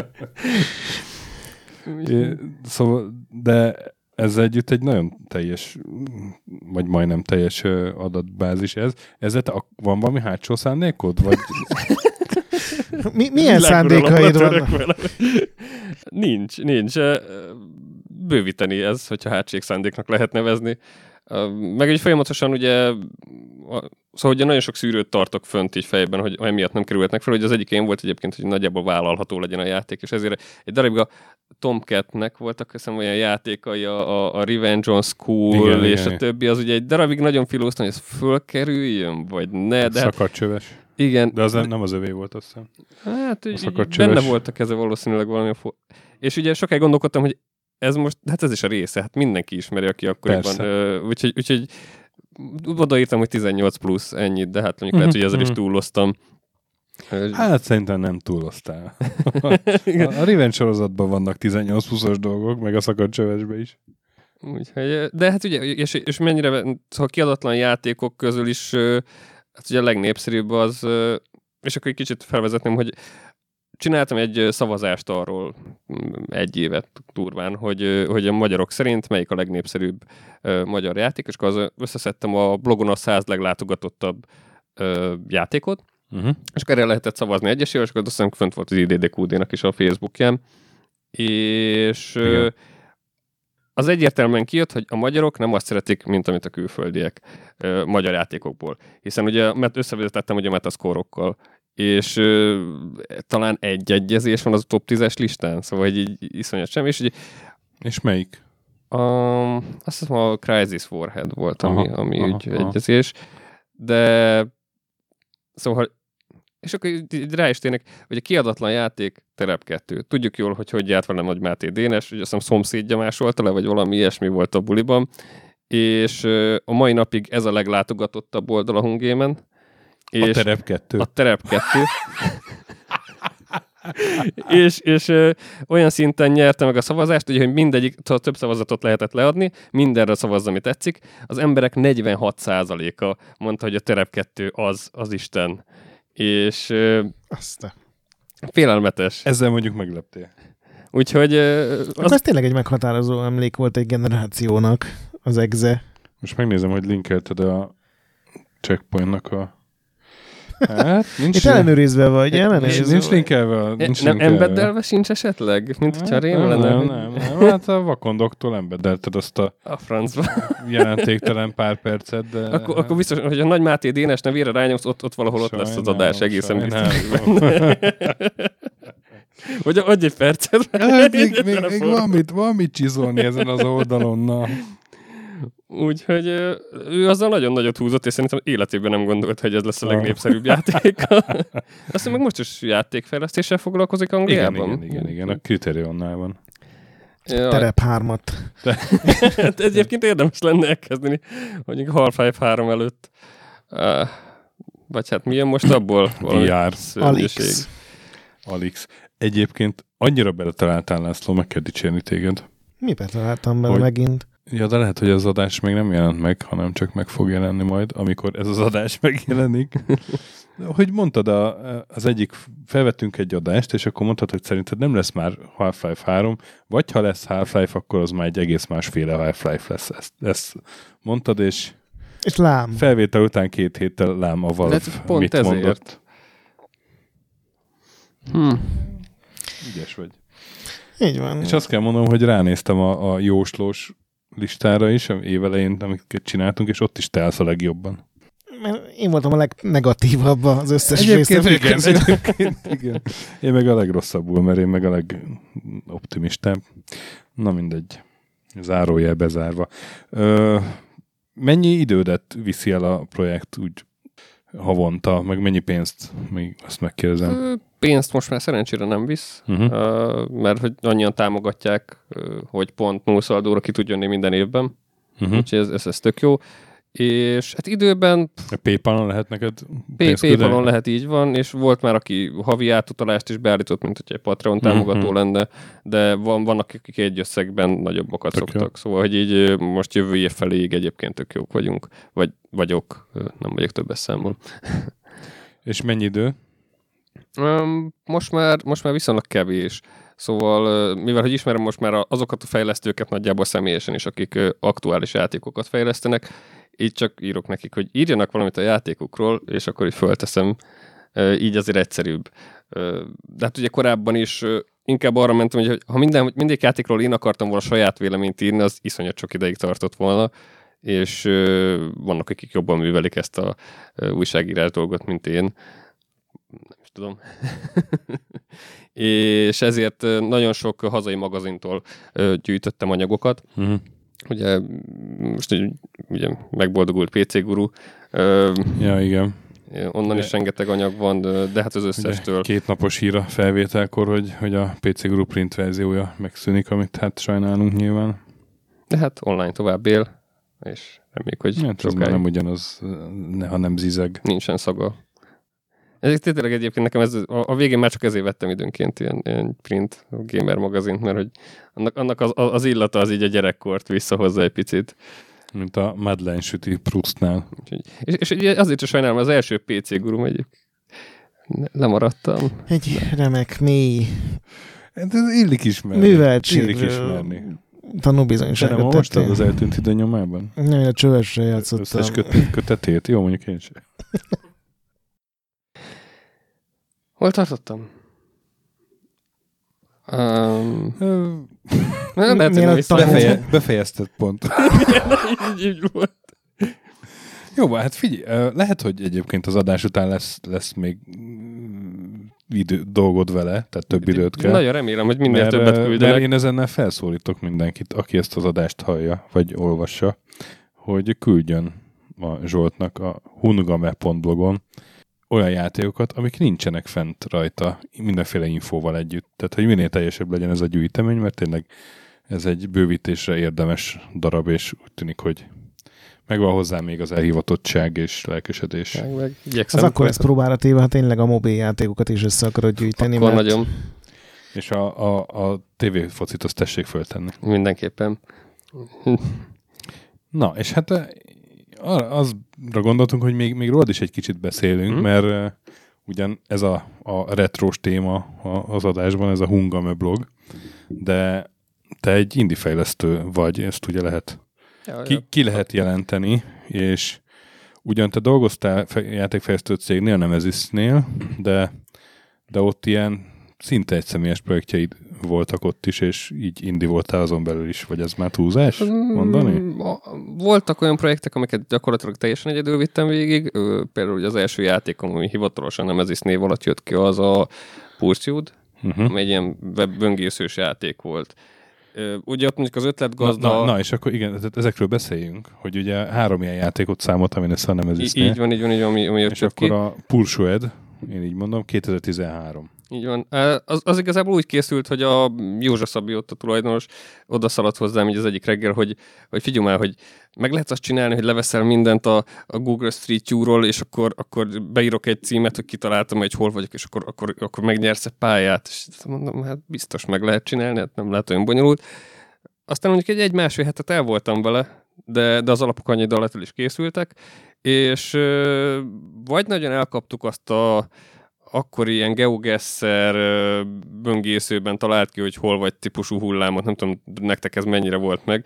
Szóval, de ezzel együtt egy nagyon teljes, vagy majdnem teljes adatbázis ez. Ezzel van valami hátsó szándékod? Vagy... Milyen szándékaid vannak? Nincs. Bővíteni ez, hogyha hátségszándéknak lehet nevezni. Meg egy folyamatosan ugye, szóval ugye nagyon sok szűrőt tartok fönt így fejben, hogy emiatt nem kerülhetnek fel, hogy az egyik én volt egyébként, hogy nagyjából vállalható legyen a játék, és ezért egy darabig a Tomcat-nek voltak hiszem olyan játékai, a Revenge on School, igen, és igen. A többi, az ugye egy darabig nagyon filóztam, hogy ez fölkerüljön, vagy ne. De szakadcsöves. Igen. De az nem az övé volt, azt hiszem. Hát így benne volt a keze valószínűleg valami. És ugye sokáig gondolkodtam, hogy ez most, hát ez is a része, hát mindenki ismeri, aki akkoriban. Úgyhogy odaírtam, hogy 18 plusz ennyit, de hát mondjuk lehet, hogy ezzel is túloztam. Hát szerintem nem túloztál. A Revenge sorozatban vannak 18 pluszos dolgok, meg a szakadcsövesben is. Úgyhogy, de hát ugye, és mennyire, szóval kiadatlan játékok közül is, hát ugye a legnépszerűbb az, és akkor egy kicsit felvezetném, hogy csináltam egy szavazást arról 1 évet durván, hogy a magyarok szerint melyik a legnépszerűbb magyar játék, és akkor összeszedtem a blogon a 100 leglátogatottabb játékot, és akkor erre lehetett szavazni egyesével, és akkor azt hiszem fönt volt az IDDQD-nak is a Facebookján, és az egyértelműen kijött, hogy a magyarok nem azt szeretik, mint amit a külföldiek magyar játékokból. Hiszen ugye összevezetettem ugye a metascore-okkal, és talán egy egyezés van az a top 10-es listán, szóval így iszonyat sem. És melyik? Azt hiszem a Crisis Warhead volt, ami úgy egyezés, de szóval és akkor rá is tényleg, hogy a kiadatlan játék Terep 2. Tudjuk jól, hogy járt velem Nagy Máté Dénes, hogy azt hiszem szomszédja másolta le, vagy valami ilyesmi volt a buliban, és a mai napig ez a leglátogatottabb oldal a Hungémen. A Terep 2. A Terep 2. és olyan szinten nyerte meg a szavazást, hogy mindegyik, több szavazatot lehetett leadni, mindenre szavazz, ami tetszik. Az emberek 46%-a mondta, hogy a Terep 2 az Isten. És félelmetes. Ezzel mondjuk megleptél. Úgyhogy... Ez tényleg egy meghatározó emlék volt egy generációnak, az EGZE. Most megnézem, hogy linkelted a Checkpointnak a... Hát, nincs... Itt ellenőrizve vagy, Nincs linkelve. Nem embeddelve sincs esetleg? Mint hogyha rém lenne? Nem. Hát a vakondoktól embeddelted azt a francba jelentéktelen pár percet, de... Akkor biztos, hogy a Nagy Máté Dénes nevére rányomsz, ott valahol ott lesz az adás egészen biztos. Vagy adj egy percet. Még van mit csizolni ezen az oldalon, na. Úgyhogy ő azzal nagyon nagyot húzott, és szerintem életében nem gondolt, hogy ez lesz a legnépszerűbb játék. Aztán meg most is játékfejlesztéssel foglalkozik Angliában. Igen, a Criterionnál van. Terep 3-at. Egyébként érdemes lenne elkezdeni, mondjuk Half-Life 3 előtt. Vagy hát mi jön most abból? VR. Alix. Egyébként annyira beletaláltál, László, meg kell dicsérni téged. Mi betaláltam bele megint? Ja, de lehet, hogy az adás még nem jelent meg, hanem csak meg fog jelenni majd, amikor ez az adás megjelenik. Hogy mondtad, az egyik, felvettünk egy adást, és akkor mondtad, hogy szerinted nem lesz már Half-Life 3, vagy ha lesz Half-Life, akkor az már egy egész másféle Half-Life lesz. Ezt mondtad, és lám. Felvétel után 2 héttel lám a Valve pont mit ezért mondott. Ügyes vagy. Így van. És azt kell mondanom, hogy ránéztem a jóslós listára is, évelején, amiket csináltunk, és ott is te állsz a legjobban. Mert én voltam a legnegatívabb az összes résztvevő közül. Igen. Én meg a legrosszabbul, mert én meg a legoptimistább. Na mindegy. Zárójel bezárva. Mennyi idődet viszi el a projekt úgy havonta, meg mennyi pénzt? Még azt megkérdezem. Pénzt most már szerencsére nem visz, mert hogy annyian támogatják, hogy pont nullszaldóra ki tud jönni minden évben. Úgyhogy ez tök jó. És hát időben... PayPal-on lehet neked pénzt küldeni? PayPal-on lehet, így van, és volt már, aki havi átutalást is beállított, mint hogy egy Patreon támogató lenne, de vannak, akik egy összegben nagyobbakat szoktak. Jó. Szóval, hogy így most jövő év feléig egyébként tök jók vagyunk. Vagyok, nem vagyok többes számban. És mennyi idő? Most már viszonylag kevés. Szóval, mivel hogy ismerem most már azokat a fejlesztőket nagyjából személyesen is, akik aktuális játékokat fejlesztenek, így csak írok nekik, hogy írjanak valamit a játékukról, és akkor így fölteszem. Így azért egyszerűbb. De hát ugye korábban is inkább arra mentem, hogy ha mindig játékról én akartam volna saját véleményt írni, az iszonyat sok ideig tartott volna, és vannak, akik jobban művelik ezt a újságírás dolgot, mint én. Nem is tudom. És ezért nagyon sok hazai magazintól gyűjtöttem anyagokat. Ugye most ugye megboldogult PC Guru. Ja, igen. Onnan is rengeteg anyag van, de hát az összestől. 2 napos hír a felvételkor, hogy a PC Guru print verziója megszűnik, amit hát sajnálunk nyilván. De hát online tovább él, és reméljük, hogy sokáig. Nem ugyanaz, ha nem zizeg. Nincsen szaga. Ez tényleg egyébként nekem a végén már csak ezért vettem időnként ilyen print gamer magazint, mert hogy annak az illata az így a gyerekkort visszahozza egy picit. Mint a Madeleine süti Proustnál. És azért is sajnálom, az első PC Gurum egyébként Lemaradtam. Egy remek, mély Ez illik ismerni. műveltségről tanúbizonyságot most tettél. az eltűnt idő nyomában? Nem, a csövesre játszottam. Összes kötetét? Jó, mondjuk én sem. Hol tartottam? Befejezted pont. így volt. Jó, hát figyelj, lehet, hogy egyébként az adás után lesz még dolgod vele, tehát több időt kell. Nagyon remélem, hogy minél többet küldenek. Mert én ezennel felszólítok mindenkit, aki ezt az adást hallja, vagy olvassa, hogy küldjön a Zsoltnak a hungame.blogon olyan játékokat, amik nincsenek fent rajta mindenféle infóval együtt. Tehát, hogy minél teljesebb legyen ez a gyűjtemény, mert tényleg ez egy bővítésre érdemes darab, és úgy tűnik, hogy megvan hozzá még az elhivatottság és lelkesedés. Az akkor lesz próbára téve, ha tényleg a mobil játékokat is össze akarod gyűjteni. Akkor mert... nagyon. És a tévéfocit azt tessék föltenni. Mindenképpen. Na, és hát azra gondoltunk, hogy még rólad is egy kicsit beszélünk, mert ugyan ez a retrós téma az adásban, ez a Hungame blog, de te egy indie fejlesztő vagy, ezt ugye lehet ki lehet jelenteni, és ugyan te dolgoztál játékfejlesztő cégnél, Nemezisnél, de ott ilyen szinte egyszemélyes projektjeid voltak ott is, és így indie voltál azon belül is, vagy ez már túlzás mondani? Voltak olyan projektek, amiket gyakorlatilag teljesen egyedül vittem végig. Például az első játékom, ami hivatalosan Nemezis név alatt jött ki, az a Pursued, ami egy ilyen webböngészős játék volt. Ugye ott mondjuk az ötletgazda... Na, és akkor igen, tehát ezekről beszéljünk, hogy ugye 3 ilyen játékot számoltam én ezt a Nemezisnél. Így van, ami jött és ki. akkor a Pursued, én így mondom, 2013. Így van. Az igazából úgy készült, hogy a Józsa Szabi ott a tulajdonos oda szaladt hozzám így az egyik reggel, hogy figyelj már, hogy meg lehetsz azt csinálni, hogy leveszel mindent a Google Street View-ról, és akkor beírok egy címet, hogy kitaláltam, hogy hol vagyok, és akkor megnyersz egy pályát. És mondom, hát biztos meg lehet csinálni, hát nem lehet olyan bonyolult. Aztán mondjuk egy másfél hetet el voltam vele, de az alapok annyi idő alatt is készültek, és vagy nagyon elkaptuk azt akkor ilyen GeoGuessr böngészőben talált ki, hogy hol vagy típusú hullámot, nem tudom, nektek ez mennyire volt meg.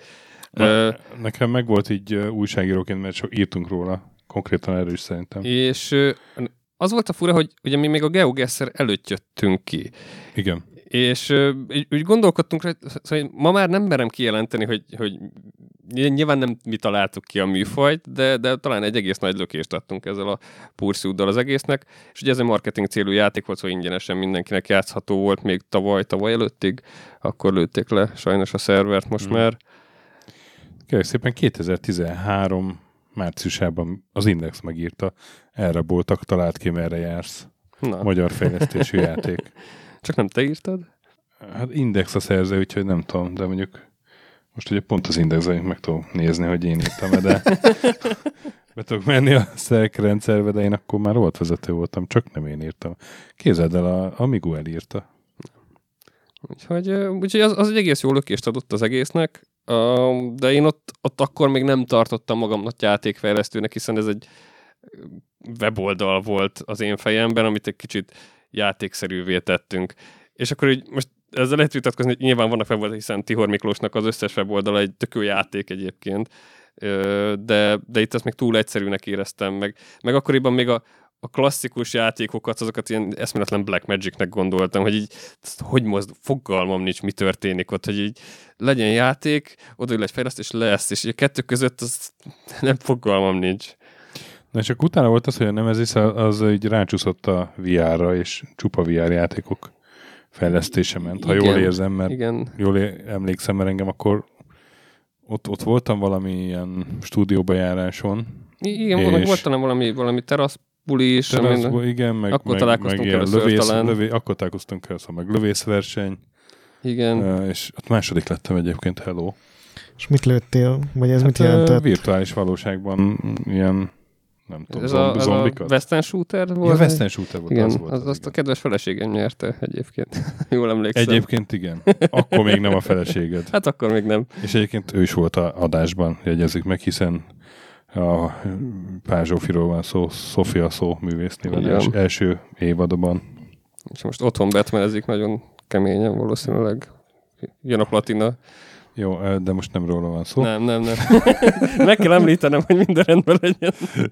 Nekem meg volt így újságíróként, mert csak írtunk róla, konkrétan erről is szerintem. És az volt a fura, hogy ugye mi még a GeoGuessr előtt jöttünk ki. Igen. És úgy gondolkodtunk rá, szóval ma már nem merem kijelenteni, hogy nyilván nem mi találtuk ki a műfajt, de talán egy egész nagy lökést adtunk ezzel a Pursuit-dal az egésznek, és ugye ez egy marketing célú játék volt, szóval ingyenesen mindenkinek játszható volt még tavaly előttig, akkor lőtték le sajnos a szervert most már. Kérlek szépen 2013 márciusában az Index megírta, erre boltak, talált ki, merre jársz. Na. Magyar fejlesztésű játék. Csak nem te írtad? Hát Index a szerző, úgyhogy nem tudom, de mondjuk most ugye pont az Indexben meg tudom nézni, hogy én írtam, de be tudok menni a Szerk rendszerbe, de én akkor már rovatvezető voltam, csak nem én írtam. Képzeld el, a Miguel írta. Úgyhogy az egy egész jó lökést adott az egésznek, de én ott akkor még nem tartottam magamnak játékfejlesztőnek, hiszen ez egy weboldal volt az én fejemben, amit egy kicsit játékszerűvé tettünk. És akkor így most ezzel lehet vitatkozni, hogy nyilván vannak weboldalak, hiszen Tihor Miklósnak az összes weboldala egy tök jó játék egyébként, de itt ezt még túl egyszerűnek éreztem, meg akkoriban még a klasszikus játékokat, azokat ilyen eszméletlen Black Magicnek gondoltam, hogy így, fogalmam nincs, mi történik ott, hogy így legyen játék, oda egy fejlesztés lesz, és a kettő között az nem fogalmam nincs. Na csak utána volt az, hogy a Nemesis az így rácsúszott a VR-ra, és csupa VR játékok fejlesztése ment. Ha jól érzem, mert jól emlékszem, mert engem akkor ott voltam valami ilyen stúdióbejáráson. Igen, volt talán valami teraszbuli is. Igen, meg akkor találkoztunk először talán. Akkor találkoztunk először, meg lövészverseny. Igen. És ott második lettem egyébként, hello. És mit lőttél? Vagy ez mit jelentett? Virtuális valóságban ilyen nem tudom, ez a Western Shooter volt? Ja, Western Shooter volt. Igen, azt a kedves feleségem nyerte egyébként. Jól emlékszem. Egyébként igen. Akkor még nem a feleséged. Hát akkor még nem. És egyébként ő is volt a adásban, jegyezzük meg, hiszen A Pál Zsófiról van szó, Sofia Szó művésznéven első évadban. És most otthon Batmanezik nagyon keményen valószínűleg. Jön a platina. Jó, de most nem róla van szó. Nem. Meg kell említenem, hogy minden rendben legyen.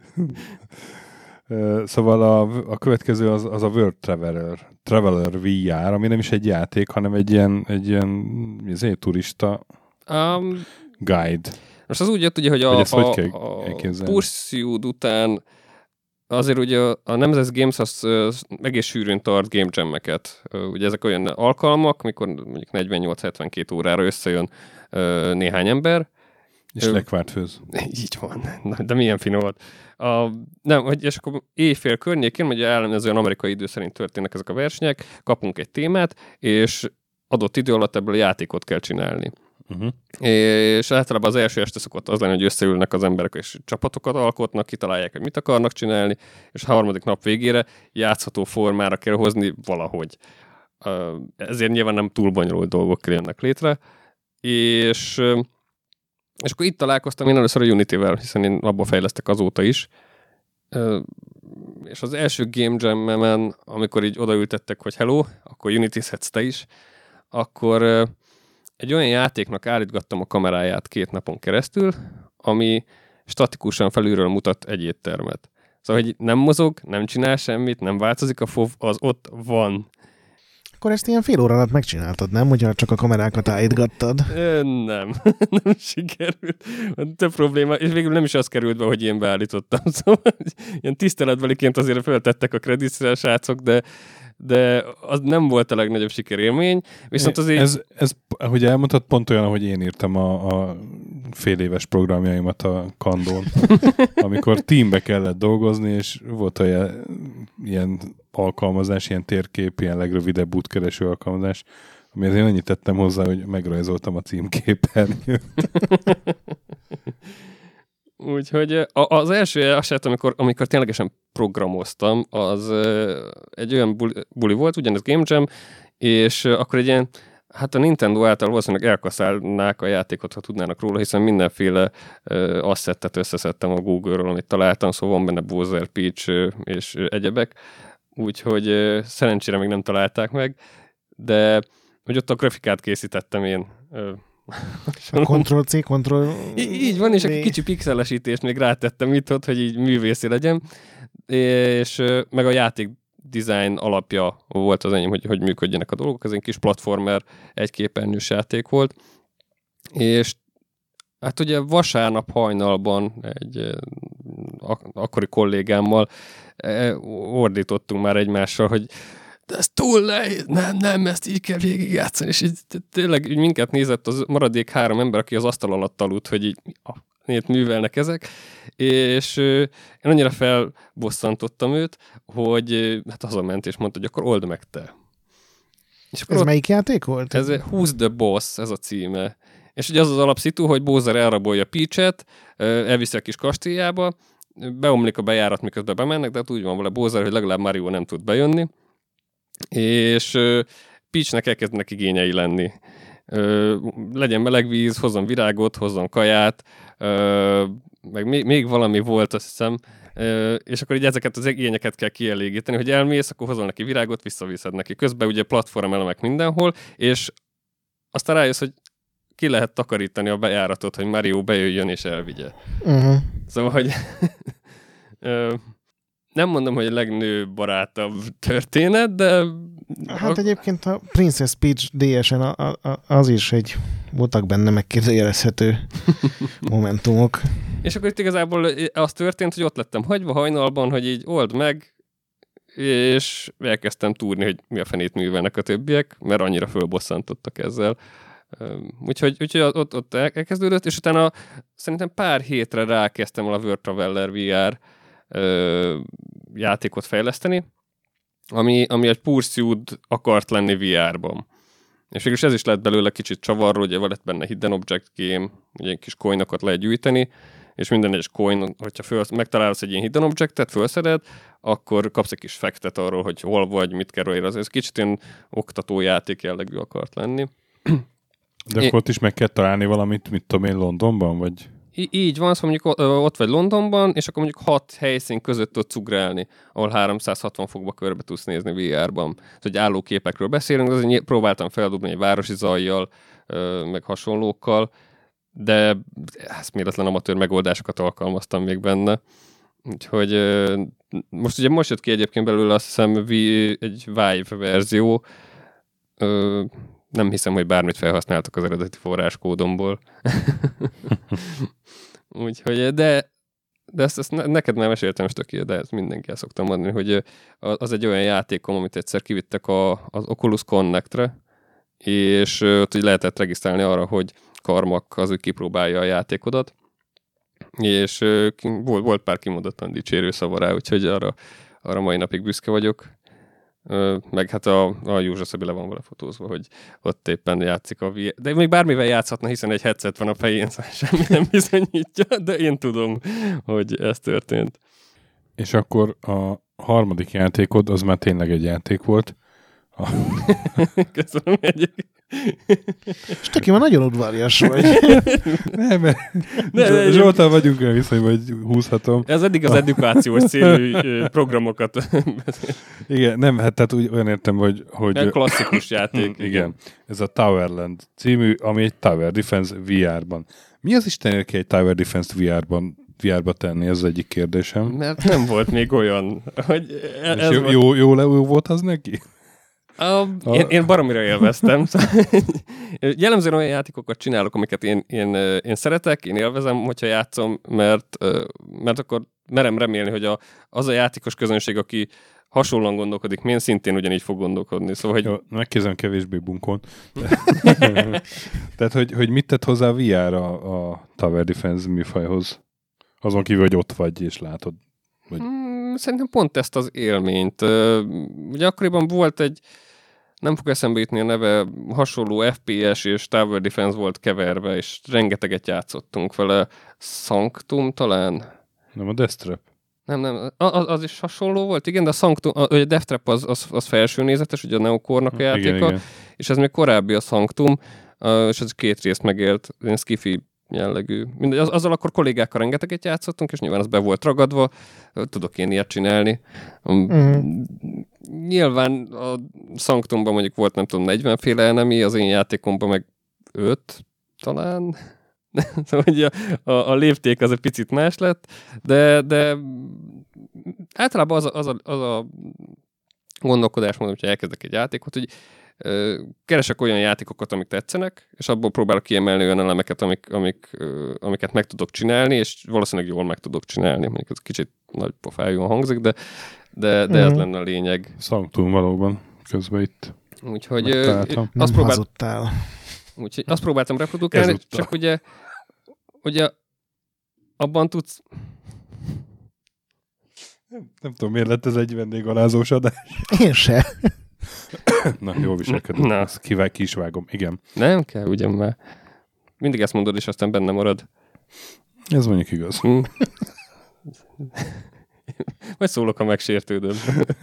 Szóval a következő az a World Traveler VR, ami nem is egy játék, hanem egy ilyen turista guide. Most az úgy jött, ugye, hogy a Pursuit után azért ugye a Nemesis Games az egész sűrűn tart game jam-eket. Ugye ezek olyan alkalmak, mikor mondjuk 48-72 órára összejön néhány ember. És lekvárt főz. Így van. De milyen finom volt. És akkor éjfél környékén, ugye ellenezően amerikai idő szerint történnek ezek a versenyek, kapunk egy témát, és adott idő alatt ebből a játékot kell csinálni. Uh-huh. És általában az első este szokott az lenni, hogy összeülnek az emberek, és csapatokat alkotnak, kitalálják, hogy mit akarnak csinálni, és a harmadik nap végére játszható formára kell hozni valahogy. Ezért nyilván nem túl bonyolult dolgok jönnek létre, és akkor itt találkoztam én először a Unity-vel, hiszen én abban fejlesztek azóta is, és az első Game Jam-en, amikor így odaültettek, hogy hello, akkor Unity-zhetsz te is, akkor egy olyan játéknak állítgattam a kameráját 2 napon keresztül, ami statikusan felülről mutat egy éttermet. Szóval, hogy nem mozog, nem csinál semmit, nem változik a FOV, az ott van. Akkor ezt ilyen fél óra alatt megcsináltad, nem? Hogyha csak a kamerákat állítgattad. Nem sikerült. Több probléma, és végül nem is az került be, hogy én beállítottam. Szóval ilyen tiszteletbeliként azért feltettek a kreditre a srácok, de az nem volt a legnagyobb sikerélmény. Viszont azért... Ez, ahogy elmondtad, pont olyan, ahogy én írtam a fél éves programjaimat a Kandón, amikor teambe kellett dolgozni, és volt ilyen alkalmazás, ilyen térkép, ilyen legrövidebb útkereső alkalmazás, amihez én annyit tettem hozzá, hogy megrajzoltam a címképernyőt. Úgyhogy az első eset, amikor ténylegesen programoztam, az egy olyan buli volt, ugyanez Game Jam, és akkor egy ilyen, hát a Nintendo által valószínűleg elkaszálnák a játékot, ha tudnának róla, hiszen mindenféle asszettet összeszedtem a Google-ről, amit találtam, szóval van benne Bowser, Peach és egyebek, úgyhogy szerencsére még nem találták meg, de hogy ott a grafikát készítettem én. Ctrl-C, Ctrl... Így van, és egy kicsi pixelesítést még rátettem itt, hogy így művészi legyen, és meg a játék design alapja volt az enyém, hogy működjenek a dolgok. Ez egy kis platformer, egyképernyős játék volt, és hát ugye vasárnap hajnalban egy akkori kollégámmal ordítottunk már egymással, hogy de ez túl nehéz, nem, ezt így kell végigjátszani, és így tényleg minket nézett az maradék 3 ember, aki az asztal alatt aludt, hogy így miért művelnek ezek, és én annyira felbosszantottam őt, hogy hát hazament, és mondta, hogy akkor old meg te. És akkor ez melyik játék volt? Ez Who's the Boss, ez a címe. És ugye az az alapszitu, hogy Bowser elrabolja Peach-et, elviszi a kis kastélyába, beomlik a bejárat, miközben bemennek, de hát úgy van vele Bowser, hogy legalább Mario nem tud bejönni, és Peachnek elkezdenek igényei lenni. Legyen meleg víz, hozzon virágot, hozzon kaját, meg még valami volt, azt hiszem, és akkor így ezeket az igényeket kell kielégíteni, hogy elmész, akkor hozol neki virágot, visszaviszed neki. Közben ugye platformelemek mindenhol, és aztán rájössz, hogy ki lehet takarítani a bejáratot, hogy Mario bejöjjön és elvigye. Uh-huh. Szóval, hogy nem mondom, hogy a legnőbarátabb történet, de... Hát egyébként a Princess Peach DS-en az is voltak benne megkérdőjelezhető momentumok. És akkor itt igazából az történt, hogy ott lettem hagyva hajnalban, hogy így old meg, és elkezdtem túrni, hogy mi a fenét művelnek a többiek, mert annyira fölbosszantottak ezzel. Úgyhogy ott elkezdődött, és utána szerintem pár hétre rákezdtem a World Traveler VR játékot fejleszteni, ami egy Pursuit akart lenni VR-ban. És végülis ez is lett belőle kicsit csavarról, ugye lett benne Hidden Object Game, ugye egy kis coinokat lehet gyűjteni, és minden egyes coin, hogyha megtalálsz egy ilyen Hidden Objectet, felszeded, akkor kapsz egy kis factet arról, hogy hol vagy, mit kell érezni. Ez kicsit ilyen oktatójáték jellegű akart lenni. De akkor ott is meg kell találni valamit, mit tudom én, Londonban, vagy? Így van, szóval mondjuk ott vagy Londonban, és akkor mondjuk 6 helyszín között tudsz ugrálni, ahol 360 fokba körbe tudsz nézni VR-ban. Szóval állóképekről beszélünk, azért próbáltam feldobni egy városi zajjal, meg hasonlókkal, de eszméletlen amatőr megoldásokat alkalmaztam még benne. Úgyhogy most jött ki egyébként belőle azt hiszem egy Vive verzió. Nem hiszem, hogy bármit felhasználtak az eredeti forráskódomból. Úgyhogy, de ezt neked már meséltem most tökéle, de ezt mindenki el szoktam mondani, hogy az egy olyan játékom, amit egyszer kivittek az Oculus Connect-re, és ott lehetett regisztrálni arra, hogy Karmak az, hogy kipróbálja a játékodat, és volt pár kimondottan dicsérő szava rá, úgyhogy arra mai napig büszke vagyok. Meg hát a Józsa Szabi le van vele fotózva, hogy ott éppen játszik a VR. De még bármivel játszhatna, hiszen egy headset van a fején, szóval semmi nem bizonyítja, de én tudom, hogy ez történt. És akkor a harmadik játékod, az már tényleg egy játék volt. Köszönöm egyébként. És tök már nagyon udvarias vagy. Nem, Zsoltal vagyunk olyan viszonyban, hogy húzhatom. Ez eddig az edukációs célú programokat. Igen, nem, hát tehát olyan értem, hogy klasszikus játék. Igen. Ez a Towerland című, ami egy Tower Defense VR-ban. Mi az Istenért kell egy Tower Defense VR-ba tenni, ez az egyik kérdésem. Mert nem volt még olyan, hogy jó volt az neki? Én baromira élveztem. Jellemzően olyan játékokat csinálok, amiket én szeretek, én élvezem, hogyha játszom, mert akkor merem remélni, hogy az a játékos közönség, aki hasonlóan gondolkodik, én szintén ugyanígy fog gondolkodni. Szóval, hogy... Megkérdezem kevésbé bunkon. Tehát, hogy mit tett hozzá a VR a Tower Defense műfajhoz? Azon kívül, hogy ott vagy és látod. Vagy... Szerintem pont ezt az élményt. Ugye akkoriban volt egy, nem fog eszembe jutni a neve, hasonló FPS és Tower Defense volt keverve, és rengeteget játszottunk vele. Sanctum talán? Nem a Death Trap? Nem, az is hasonló volt, igen, de a Sanctum, a Death Trap az felső nézetes, ugye a Neocore-nak a játéka, igen. És ez még korábbi a Sanctum, és ez 2 részt megélt, ilyen skifi jellegű. Azzal akkor kollégákkal rengeteget játszottunk, és nyilván az be volt ragadva, tudok én ilyet csinálni. Nyilván a Sanctumban mondjuk volt nem tudom 40 féle enemy, az én játékomban meg 5 talán. Szóval a lépték az egy picit más lett, de általában az a gondolkodás, mondom, hogyha elkezdek egy játékot, hogy keresek olyan játékokat, amik tetszenek, és abból próbálok kiemelni olyan elemeket, amiket meg tudok csinálni, és valószínűleg jól meg tudok csinálni. Mondjuk ez kicsit nagy pofájúan hangzik, de ez lenne a lényeg. Sanctum valóban közben itt. Úgyhogy azt próbáltam reprodukálni, Ezúttal. csak ugye abban tudsz... Nem tudom, miért lett ez egy vendégalázós adás. Én se. Na, jól viselkedünk. Na. Ezt ki is vágom. Igen. Nem kell, ugyan már. Mindig ezt mondod, és aztán benne marad. Ez mondjuk igaz. Majd szólok, ha megsértődöm.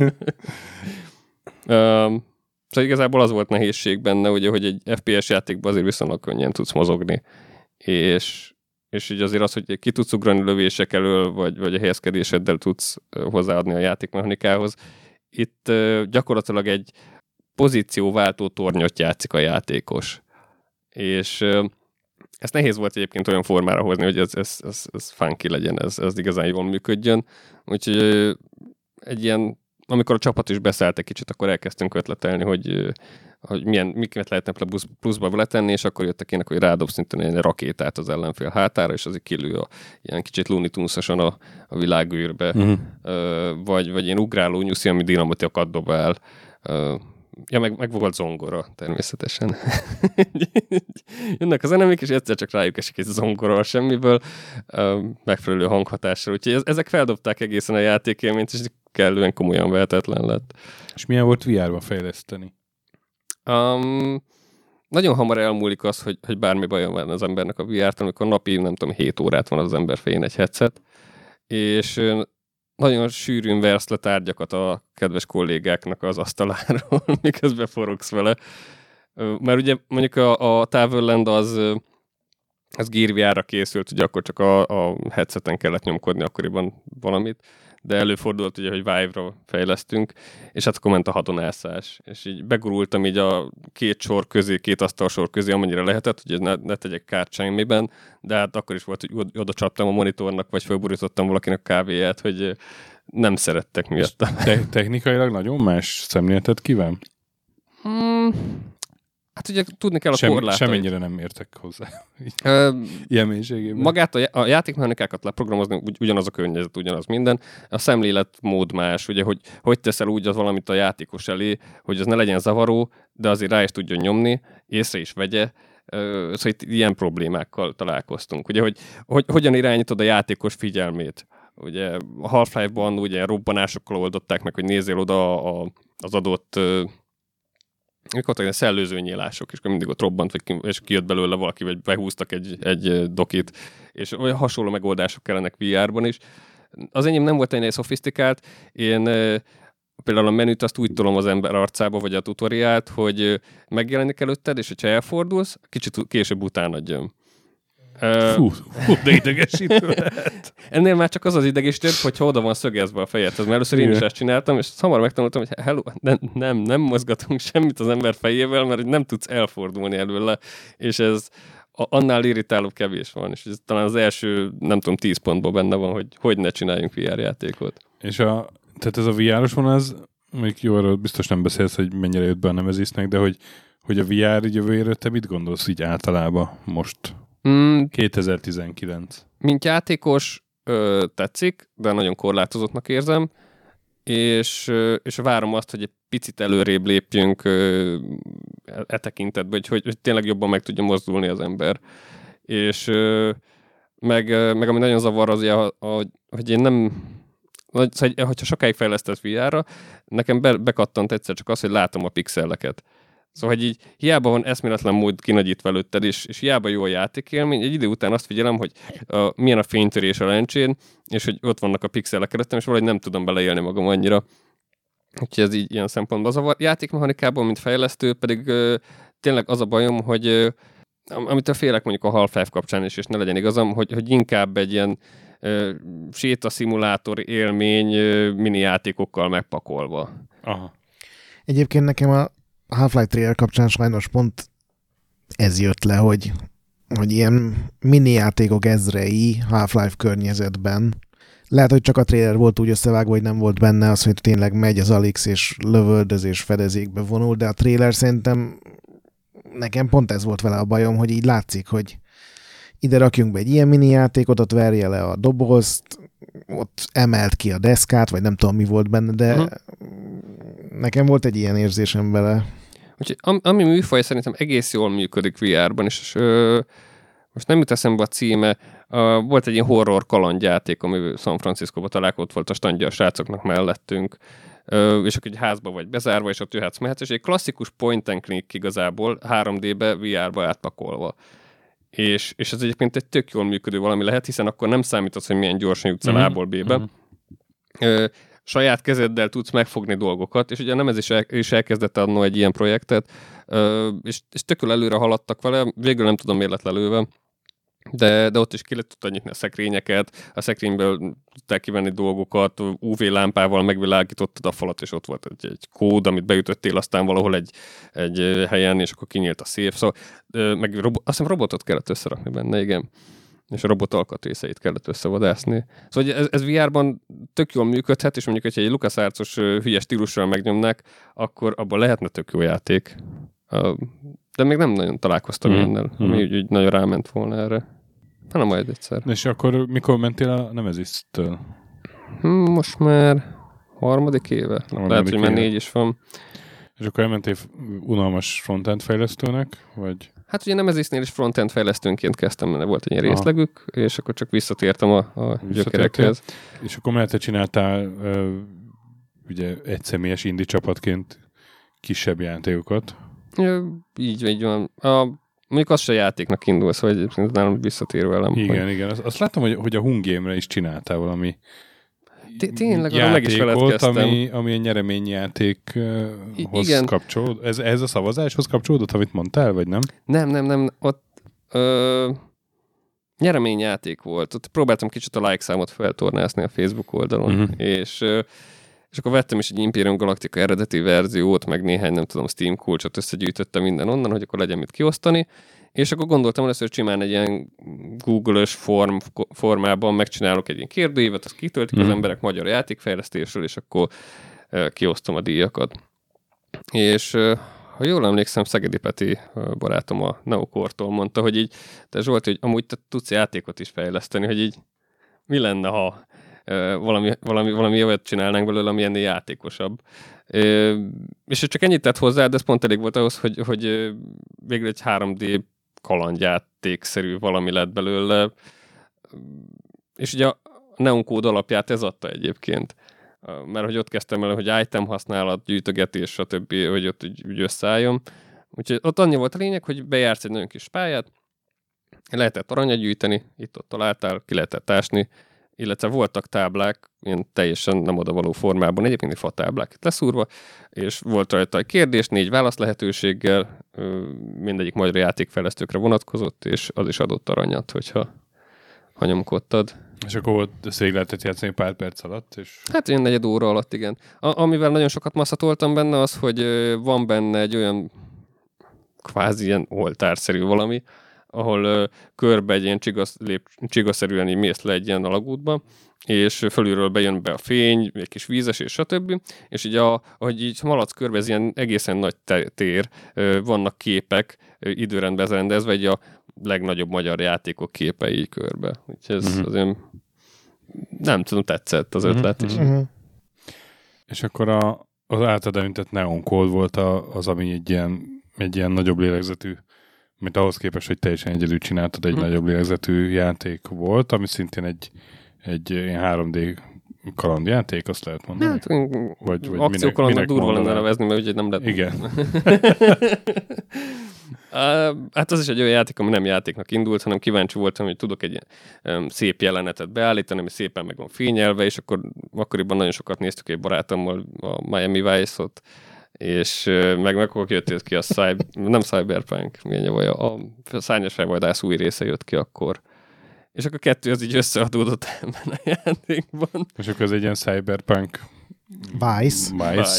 Szóval igazából az volt nehézség benne, ugye, hogy egy FPS játékban azért viszonylag könnyen tudsz mozogni. És így azért az, hogy ki tudsz ugrani lövések elől, vagy a helyezkedéseddel tudsz hozzáadni a játékmechanikához. Itt gyakorlatilag egy pozícióváltó tornyot játszik a játékos. És ezt nehéz volt egyébként olyan formára hozni, hogy ez funky legyen, ez igazán jól működjön. Úgyhogy egy ilyen, amikor a csapat is beszállt egy kicsit, akkor elkezdtünk ötletelni, hogy miket lehetne pluszba letenni, és akkor jöttek ének, hogy rádobsz egy rakétát az ellenfél hátára, és az kilő ilyen kicsit Looney Tunes-osan a világűrbe. Vagy ilyen ugráló nyuszi, ami dinamitokat dob el. Meg volt zongora, természetesen. Jönnek az enemik, és egyszer csak rájuk esik egy zongora a semmiből, megfelelő hanghatással. Úgyhogy ezek feldobták egészen a játékélményt, és kellően komolyan vehetetlen lett. És milyen volt VR-ba fejleszteni? Nagyon hamar elmúlik az, hogy bármi bajom van az embernek a VR-tól, amikor napi, nem tudom, 7 órát van az ember fején egy headset, és nagyon sűrűn versz le tárgyakat a kedves kollégáknak az asztaláról, miközben forogsz vele. Mert ugye mondjuk a Towerland az ez Gear VR-ra készült, ugye akkor csak a headseten kellett nyomkodni akkoriban valamit, de előfordult ugye, hogy Vive-ra fejlesztünk, és hát akkor ment a hadonászás. És így begurultam így a két asztalsor közé, amennyire lehetett, hogy ne tegyek kárt semmiben, de hát akkor is volt, hogy oda csaptam a monitornak, vagy fölborítottam valakinek kávéját, hogy nem szerettek miatt. Technikailag nagyon más szemléletet kíván? Hát ugye tudni kell a korlátait. Semmennyire nem értek hozzá. Ilyen mélységében. Magát a játékmechanikákat leprogramozni, ugyanaz a környezet, ugyanaz minden. A szemléletmód más, ugye, hogy teszel úgy az valamit a játékos elé, hogy az ne legyen zavaró, de azért rá is tudjon nyomni, észre is vegye. Szóval itt ilyen problémákkal találkoztunk. Ugye, hogy hogyan irányítod a játékos figyelmét. Ugye a Half-Life-ban ugye robbanásokkal oldották meg, hogy nézzél oda az adott mikor olyan szellőző nyílások, és mindig ott robbant, és kijött belőle valaki, vagy behúztak egy dokit, és olyan hasonló megoldások kellenek VR-ban is. Az enyém nem volt ennyire szofisztikált, én például a menüt azt úgy tolom az ember arcába, vagy a tutoriált, hogy megjelenik előtted, és hogyha elfordulsz, kicsit később utána jön. De idegesítő lehet. Ennél már csak az idegesítőbb, hogyha oda van szögezve a fejedhez. Mert először én is ezt csináltam, és hamar megtanultam, hogy hello, nem mozgatunk semmit az ember fejével, mert nem tudsz elfordulni előle, és ez annál irritálóbb kevés van, és ez talán az első, nem tudom, 10 pontban benne van, hogy ne csináljunk VR játékot. És tehát ez a VR-os van, az, még jó, arról biztos nem beszélsz, hogy mennyire jött be a Nemezisnek, de hogy a VR jövőjéről te mit gondolsz így általában most? 2019. Mint játékos tetszik, de nagyon korlátozottnak érzem, és várom azt, hogy egy picit előrébb lépjünk tekintetben, hogy tényleg jobban meg tudja mozdulni az ember. És meg ami nagyon zavar az, hogy én nem... Hogyha sokáig fejlesztett VR-ra, nekem bekattant egyszer csak az, hogy látom a pixeleket. Szóval, hogy így hiába van eszméletlen mód kinagyítva előtted, és hiába jó a játékélmény, egy idő után azt figyelem, hogy milyen a fénytörés a lencsén, és hogy ott vannak a pixelek előttem, és valahogy nem tudom beleélni magam annyira. Úgyhogy ez így ilyen szempontból zavar. Játékmechanikában, mint fejlesztő, pedig tényleg az a bajom, hogy amitől félek mondjuk a Half-Life kapcsán is, és ne legyen igazam, hogy inkább egy ilyen sétaszimulátor élmény mini játékokkal megpakolva. Aha. Egyébként nekem a Half-Life trailer kapcsán sajnos pont ez jött le, hogy ilyen mini játékok ezrei Half-Life környezetben. Lehet, hogy csak a trailer volt úgy összevágva, hogy nem volt benne az, hogy tényleg megy az Alyx és lövöldöz és fedezékbe vonul, de a trailer szerintem nekem pont ez volt vele a bajom, hogy így látszik, hogy ide rakjunk be egy ilyen mini játékot, ott verje le a dobozt, ott emelt ki a deszkát, vagy nem tudom, mi volt benne, de nekem volt egy ilyen érzésem vele. Úgyhogy ami műfaj szerintem egész jól működik VR-ban, és most nem jut eszembe a címe, volt egy ilyen horror kalandjáték, ami San Franciscóban találkozott, volt a standja a srácoknak mellettünk, és akkor egy házba vagy bezárva, és ott mehetsz, és egy klasszikus point and click igazából 3D-be, VR-ba átpakolva. És ez egyébként egy tök jól működő valami lehet, hiszen akkor nem számítasz, hogy milyen gyorsan jutsz el A-ból B-be. Saját kezeddel tudsz megfogni dolgokat, és ugye nem ez is elkezdett adni egy ilyen projektet, és tökül előre haladtak vele, végül nem tudom, miért lett lelőve, de ott is ki tudtad nyitni a szekrényeket, a szekrényből tudtál kivenni dolgokat, UV-lámpával megvilágítottad a falat, és ott volt egy kód, amit beütöttél aztán valahol egy helyen, és akkor kinyílt a szép. Szóval azt hiszem robotot kellett összerakni benne, igen. És a robot alkatrészeit kellett összevadászni. Szóval ez VR-ban tök jól működhet, és mondjuk, hogyha egy LucasArts-os hülye stílussal megnyomnák, akkor abban lehetne tök jó játék. De még nem nagyon találkoztam ilyennel, ami úgy nagyon ráment volna erre. hanem majd egyszer. És akkor mikor mentél a Nemesis-től? Most már 3. éve. Lehet, hogy már 4 is van. És akkor elmentél unalmas frontend fejlesztőnek? Vagy? Hát ugye Nemezisnél is frontend fejlesztőnként kezdtem, mert volt egy ilyen részlegük, és akkor csak visszatértem a gyökerekhez. És akkor mellette csináltál ugye egyszemélyes indie csapatként kisebb játékokat? Így van. Mondjuk az se játéknak indul, szóval egyébként nálam visszatér velem. Igen. Azt láttam, hogy a Hungame-re is csináltál valami tényleg, meg is feledkeztem. Ami egy nyereményjátékhoz kapcsolódott. Ez a szavazáshoz kapcsolódott, amit mondtál, vagy nem? Nem. Ott nyereményjáték volt. Ott próbáltam kicsit a like számot feltornászni a Facebook oldalon, és akkor vettem is egy Imperium Galactica eredeti verziót, meg néhány, nem tudom, Steam kulcsot összegyűjtöttem minden onnan, hogy akkor legyen mit kiosztani, és akkor gondoltam először, hogy simán egy ilyen Google-ös formában megcsinálok egy ilyen kérdőívet, azt kitöltik az emberek magyar játékfejlesztésről, és akkor kiosztom a díjakat. És ha jól emlékszem, Szegedi Peti barátom a Neokortól mondta, hogy így, te Zsolt, hogy amúgy te tudsz játékot is fejleszteni, hogy így mi lenne, ha valami olyat csinálnánk belőle, ami ennél játékosabb. És csak ennyit tett hozzá, de ez pont elég volt ahhoz, hogy végül egy 3D kalandjátékszerű valami lett belőle. És ugye a Neon kód alapját ez adta egyébként. Mert hogy ott kezdtem el, hogy item használat, gyűjtögetés, stb., hogy ott úgy összeálljon. Úgyhogy ott annyi volt a lényeg, hogy bejársz egy nagyon kis pályát, lehetett aranyat gyűjteni, itt-ott találtál, ki lehetett ásni, illetve voltak táblák, ilyen teljesen nem odavaló formában, egyébként fa táblák itt leszúrva, és volt rajta egy kérdés, 4 válasz lehetőséggel, mindegyik magyar játékfejlesztőkre vonatkozott, és az is adott aranyat, hogyha nyomkodtad. És akkor volt szég lehetett játszani pár perc alatt? És... Hát ilyen 4 óra alatt, igen. Amivel nagyon sokat masszatoltam benne az, hogy van benne egy olyan kvázi ilyen oltárszerű valami, ahol körbe egy ilyen csigaszerűen így mész le egy ilyen alagútba, és fölülről bejön be a fény, egy kis vízesés, stb. És így ahogy így haladsz körbe, ez ilyen egészen nagy tér, vannak képek időrendben rendezve, egy a legnagyobb magyar játékok képei körbe. Úgyhogy ez azért nem tudom, tetszett az ötlet is. És akkor az általad említett Neon Code volt az, ami egy ilyen nagyobb lélegzetű, mint ahhoz képest, hogy teljesen egyedül csináltad, egy nagyobb lélegzetű játék volt, ami szintén egy ilyen 3D kalandjáték, azt lehet mondani? Hát, vagy akciókalandnak durva lenne nevezni, mert ugye nem lehet. Igen. Hát az is egy olyan játék, ami nem játéknak indult, hanem kíváncsi voltam, hogy tudok egy ilyen szép jelenetet beállítani, ami szépen meg van fényelve, és akkoriban nagyon sokat néztük egy barátommal a Miami Vice-ot, és meg akkor jött ki nem Cyberpunk, milyen vagy a Szárnyas Fejvadász új része jött ki akkor. És akkor 2 az így összeadódott ebben a játékban. És akkor ez egy ilyen Cyberpunk Vice.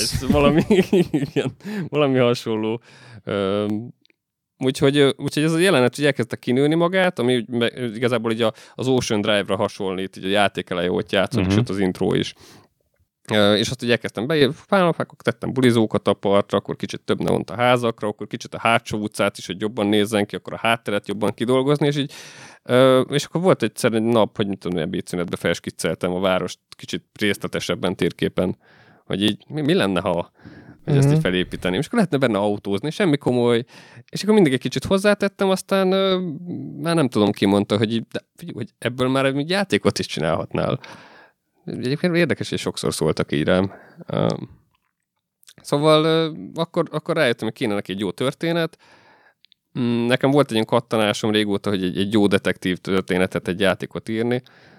Valami hasonló. Úgyhogy ez a jelenet hogy elkezdte kinőni magát, ami igazából így az Ocean Drive-ra hasonlít, így a játék eleje ott játszott, és ott az intro is. És azt így elkezdtem akkor tettem bulizókat a partra, akkor kicsit több neont a házakra, akkor kicsit a hátsó utcát is, hogy jobban nézzen ki, akkor a hátteret jobban kidolgozni, és akkor volt egyszer egy nap, hogy mit tudom, ebédszünetbe felskicceltem a várost kicsit részletesebben térképen, hogy így mi lenne, ha hogy ezt így felépíteném, és akkor lehetne benne autózni, semmi komoly, és akkor mindig egy kicsit hozzátettem, aztán már nem tudom, ki mondta, hogy ebből már egy játékot is csinálhatnál. Egyébként érdekes, és sokszor szóltak így rám. Szóval akkor rájöttem, hogy kéne neki egy jó történet. Nekem volt egy ilyen kattanásom régóta, hogy egy jó detektív történetet, egy játékot írni.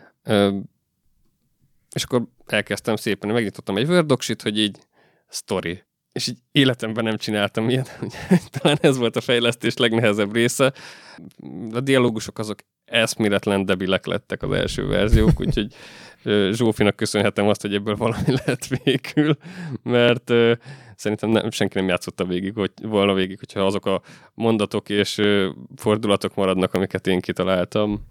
És akkor elkezdtem szépen, megnyitottam egy Word docsit, hogy így story. És így életemben nem csináltam ilyet. Talán ez volt a fejlesztés legnehezebb része. A dialógusok azok eszméletlen debilek lettek az első verziók, úgyhogy Zsófinak köszönhetem azt, hogy ebből valami lett végül, mert szerintem senki nem játszotta végig, hogyha azok a mondatok és fordulatok maradnak, amiket én kitaláltam.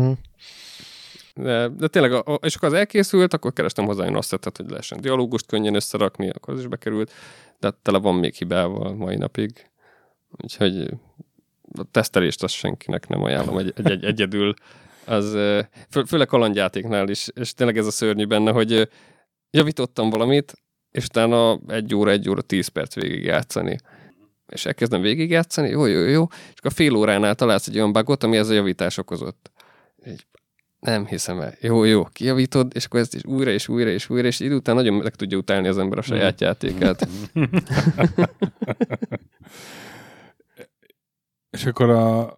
De tényleg, és akkor az elkészült, akkor kerestem hozzá egy asszetet, hogy lehessen dialógust könnyen összerakni, akkor az is bekerült, de tele van még hibával mai napig. Úgyhogy a tesztelést azt senkinek nem ajánlom egyedül. Az, főleg kalandjátéknál is, és tényleg ez a szörnyű benne, hogy javítottam valamit, és utána 1 óra 10 perc végigjátszani. És elkezdem végigjátszani, jó, és akkor fél óránál találsz egy olyan bugot, ami ez a javítás okozott. Így, nem hiszem el. Jó, kijavítod, és akkor ezt is újra, és idő után nagyon meg tudja utálni az ember a saját játékát. És akkor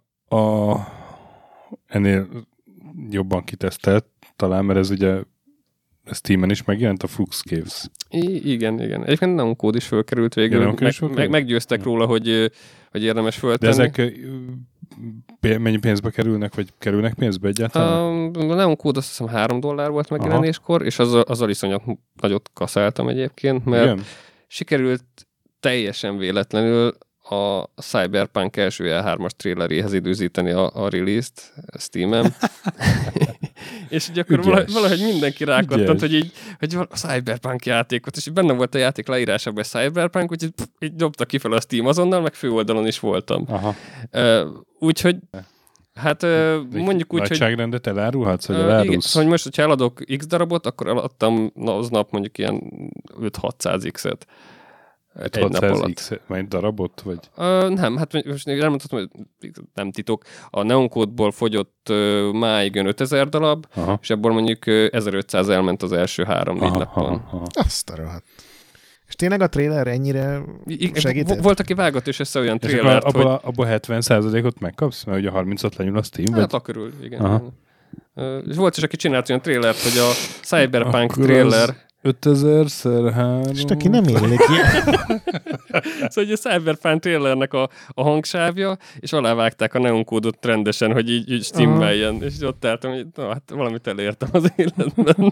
ennél jobban kitesztelt, talán, mert ez ugye Steamen is megjelent, a Flux Caves. Igen. Egyébként Neon Code is fölkerült végül. Meggyőztek róla, hogy érdemes föltenni. De ezek mennyi pénzbe kerülnek, vagy kerülnek pénzbe egyáltalán? A Neon Code azt hiszem $3 volt megjelenéskor, és azzal iszonyat nagyot kaszáltam egyébként, mert igen, sikerült teljesen véletlenül a Cyberpunk első E3-as traileréhez időzíteni a release-t Steam-en. És így akkor valahogy mindenki rákattant, hogy a Cyberpunk játékot, és benne volt a játék leírásában a Cyberpunk, úgyhogy így dobta ki fel a Steam azonnal, meg főoldalon is voltam. Úgyhogy hát mondjuk úgy, hogy... Nagyságrendet elárulhatsz, vagy elárulsz? Szóval most, hogyha eladok X darabot, akkor eladtam az nap mondjuk ilyen 5-600 X-et. Egy nap alatt. Majd darabot? Vagy? Nem, hát most elmondhatom, hogy nem titok. A Neon Code-ból fogyott máig 5000 darab, és ebből mondjuk 1500 elment az első 3-4 napon. Azt a rohadt. És tényleg a trailer ennyire segített? Volt, aki vágott és össze olyan trailert, hogy... Abból 70%-ot megkapsz? Mert ugye a 30-at lenyúl a Steam? Hát akörül, igen. És volt is, aki csinált olyan trailert, hogy a Cyberpunk trailer... 5000x3... És aki nem érlik ilyen. Szóval a Cyberpunk trailernek a hangsávja, és alávágták a Neon Code-ot rendesen, hogy így stimmeljen. És ott álltam, hogy hát valamit elértem az életben.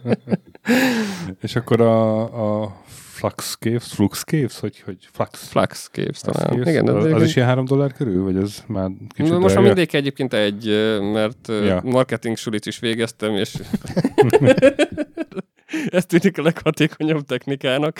És akkor a Flux Caves, hogy Flux Caves talán. Igen, az is ilyen $3 körül, vagy ez már kicsit most már mindig egyébként mert marketing sulit is végeztem, és ez tűnik a leghatékonyabb technikának.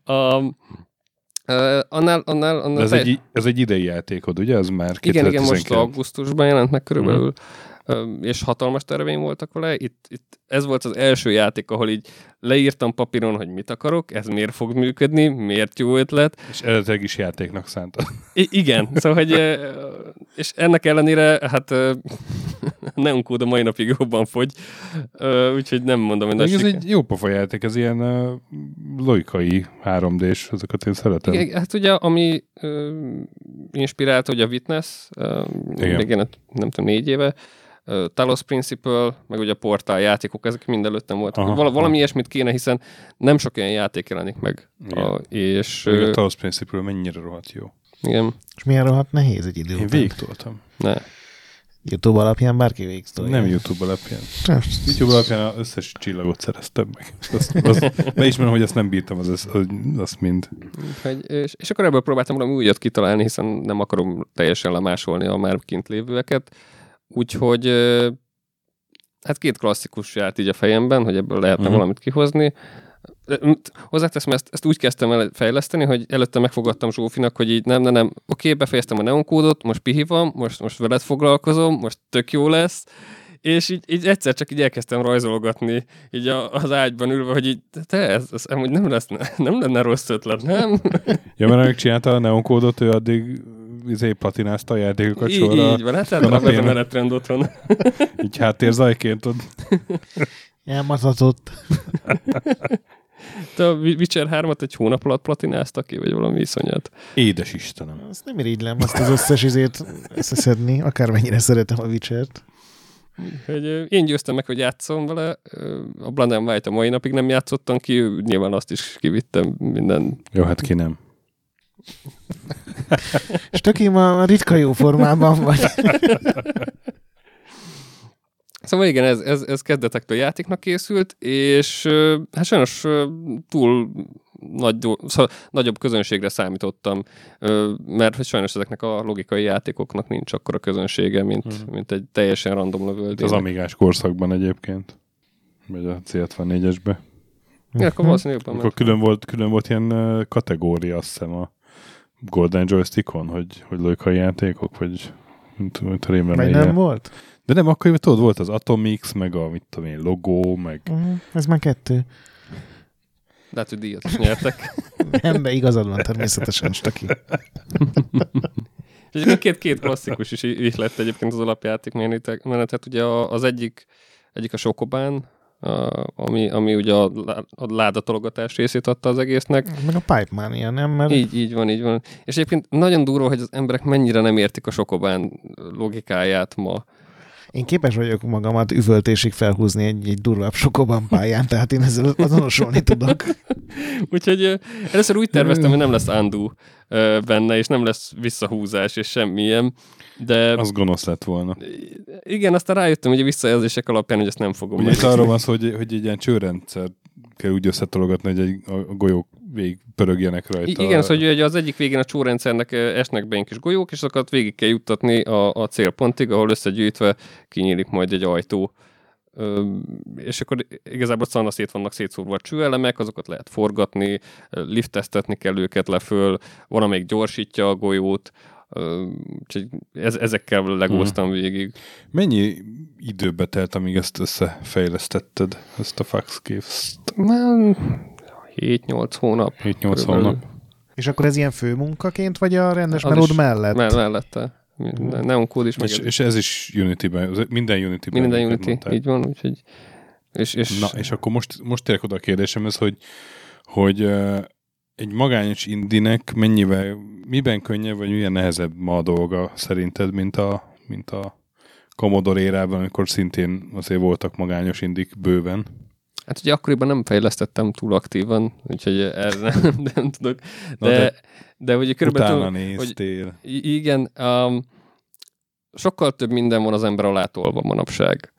Ez egy idei játékod, ugye? Ez már 2019. Igen, most augusztusban jelent meg körülbelül, és hatalmas terveim voltak vele. Itt ez volt az első játék, ahol így leírtam papíron, hogy mit akarok, ez miért fog működni, miért jó ötlet. És eredetileg is játéknak szántad. Igen, szóval, hogy és ennek ellenére, hát Neon Code a mai napig jobban fogy, úgyhogy nem mondom, hogy ez egy jó pofa játék, ez ilyen logikai 3D-s, azokat én szeretem. Igen, hát ugye, ami inspirált, hogy a Witness, még én nem tudom, 4 éve, Talos Principle, meg ugye a Portal játékok, ezek mind előttem voltak. Valami ilyesmit kéne, hiszen nem sok olyan játék jelenik meg. És a Talos Principle mennyire rohadt jó. Igen. És milyen rohadt nehéz egy idő után? Én végigtoltam. Ne. YouTube alapján bárki végigtolja? Nem YouTube alapján. YouTube alapján az összes csillagot szereztem meg. Beismerem, hogy ezt nem bírtam, azt mind. És akkor ebből próbáltam valami újat kitalálni, hiszen nem akarom teljesen lemásolni a már kint lévőeket. Úgyhogy hát 2 klasszikus járt így a fejemben, hogy ebből lehetne valamit kihozni. Hozzáteszem, ezt úgy kezdtem el fejleszteni, hogy előtte megfogadtam Zsófinak, hogy így nem, oké, befejeztem a Neon Code-ot, most pihi van, most veled foglalkozom, most tök jó lesz, és így egyszer csak így elkezdtem rajzolgatni így az ágyban ülve, hogy így ez amúgy nem lenne rossz ötlet, nem? Ja, mert amikor csinálta a Neon Code-ot, ő addig platinázta a játékokat sorra. Így van, hát általában ez a menetrend otthon. Így háttérzajként ott. Elmatatott. Te a Witcher 3-at egy hónap alatt platináztak ki, vagy valami iszonyat? Édes Istenem. Azt nem irigylem, azt az összes izét összeszedni, akármennyire szeretem a Witchert. Én győztem meg, hogy játszom vele. A Blood and White a mai napig nem játszottam ki, nyilván azt is kivittem minden. Jó, hát ki nem. És tökém a ritka jó formában vagy. Szóval igen, ez kezdetektől játéknak készült, és hát sajnos túl nagyobb közönségre számítottam, mert hogy sajnos ezeknek a logikai játékoknak nincs akkora közönsége, mint egy teljesen random lövöldének. Az Amigás korszakban egyébként, vagy a C64-esbe. Ja, akkor valószínűleg akkor külön volt ilyen kategória, azt hiszem a Golden Joystickon, hogy logikai játékok, vagy vagy nem volt? De nem, akkor tudod, volt az Atomix, meg a mit tudom én, logó, meg... Ez már 2. Lehet, hogy díjat is nyertek. Nem, de igazad van, természetesen, Staki. És egyébként két klasszikus is így lett egyébként az alapjáték menetet. Ugye az egyik a Sokobán, ami ugye a ládatologatás részét adta az egésznek. Meg a Pipe Mania, nem? Mert... Így van. És egyébként nagyon durva, hogy az emberek mennyire nem értik a Sokobán logikáját ma. Én képes vagyok magamat üvöltésig felhúzni egy durvább sokoban pályán, tehát én ezzel azonosulni tudok. Úgyhogy először úgy terveztem, hogy nem lesz undo benne, és nem lesz visszahúzás, és semmilyen, de... Az gonosz lett volna. Igen, aztán rájöttem, hogy a visszajelzések alapján, hogy ezt nem fogom. Ugye itt arról van szó, hogy egy ilyen csőrendszer kell úgy összetologatni, hogy a golyók végig pörögjenek rajta. Igen, szóval hogy az egyik végén a csórendszernek esnek be egy kis golyók, és azokat végig kell juttatni a célpontig, ahol összegyűjtve kinyílik majd egy ajtó. És akkor igazából szanaszét vannak szétszórva a csőelemek, azokat lehet forgatni, lifteztetni kell őket leföl, van, amelyik gyorsítja a golyót, úgyhogy ezekkel legóztam végig. Mennyi időbe telt, amíg ezt összefejlesztetted, ezt a Fax Caves-t? 7-8 hónap. 7-8 hónap. És akkor ez ilyen főmunkaként, vagy a rendes melód mellett? Mellette. Neon Code is. És ez is Unity-ben, minden Unity-ben. Minden Unity, így van, úgyhogy... Na, és akkor most térek oda a kérdésemhez, hogy egy magányos indinek miben könnyebb, vagy milyen nehezebb ma a dolga szerinted, mint a Commodore érában, amikor szintén azért voltak magányos indik bőven? Hát ugye akkoriban nem fejlesztettem túl aktívan, úgyhogy erre nem tudok. De ugye körülbelül... Utána néztél. Igen, sokkal több minden van az ember alá tolva manapság.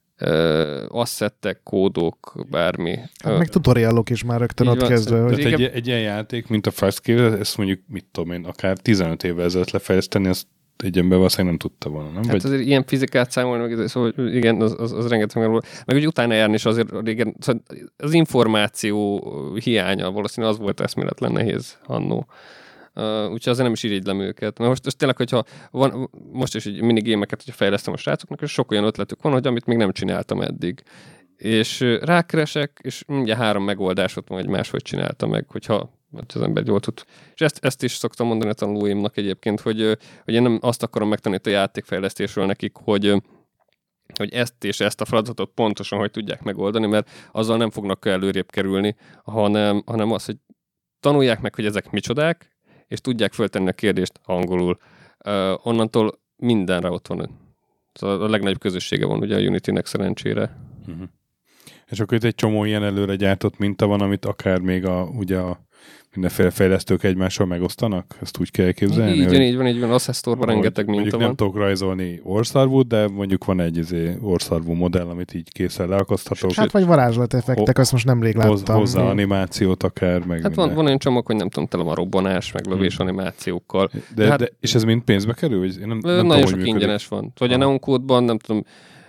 Asszettek, kódok, bármi. Hát meg tutorialok is már rögtön ott kezdve. Hogy... egy ilyen játék, mint a Fast Cave, ezt mondjuk, mit tudom én, akár 15 évvel ezelőtt lefejleszteni, azt egy ember valószínűleg nem tudta volna, nem? Hát azért ilyen fizikát számolni, meg, szóval igen, az rengeteg volt. Meg úgy utána járni is azért régen, szóval az információ hiánya valószínűleg az volt eszméletlen nehéz annó. Úgyhogy azért nem is irigylem őket. Mert most tényleg, hogyha van, most is egy minigémeket, hogyha fejlesztem a srácoknak, és sok olyan ötletük van, hogy amit még nem csináltam eddig. És rákeresek, és mindjárt 3 megoldásot van, hogy máshogy csinálta meg, hogyha az ember jól tud. És ezt is szoktam mondani a tanulóimnak egyébként, hogy én nem azt akarom megtanítani a játékfejlesztésről nekik, hogy ezt és ezt a feladatot pontosan hogy tudják megoldani, mert azzal nem fognak előrébb kerülni, hanem az, hogy tanulják meg, hogy ezek micsodák, és tudják föltenni a kérdést angolul. Onnantól mindenre ott van. Szóval a legnagyobb közössége van ugye a Unity-nek szerencsére. Uh-huh. És akkor itt egy csomó ilyen előre gyártott minta van, amit akár még ugye a mindenféle fejlesztők egymással megosztanak? Ezt úgy kell képzelni? Így van. Assessorban rengeteg minta van. Nem tudok rajzolni orszarvút, de mondjuk van egy orszarvú modell, amit így készen leakaszthatok. Hát vagy varázslateffektek, azt most nemrég láttam. Hozzá animációt akár, meg hát van olyan csomag, hogy nem tudom, tele van robbanás, meg lövés animációkkal. De és ez mind pénzbe kerül? Én nem nagyon tudom, sok ingyenes van. Vagy a Neon Code-ban, nem tudom,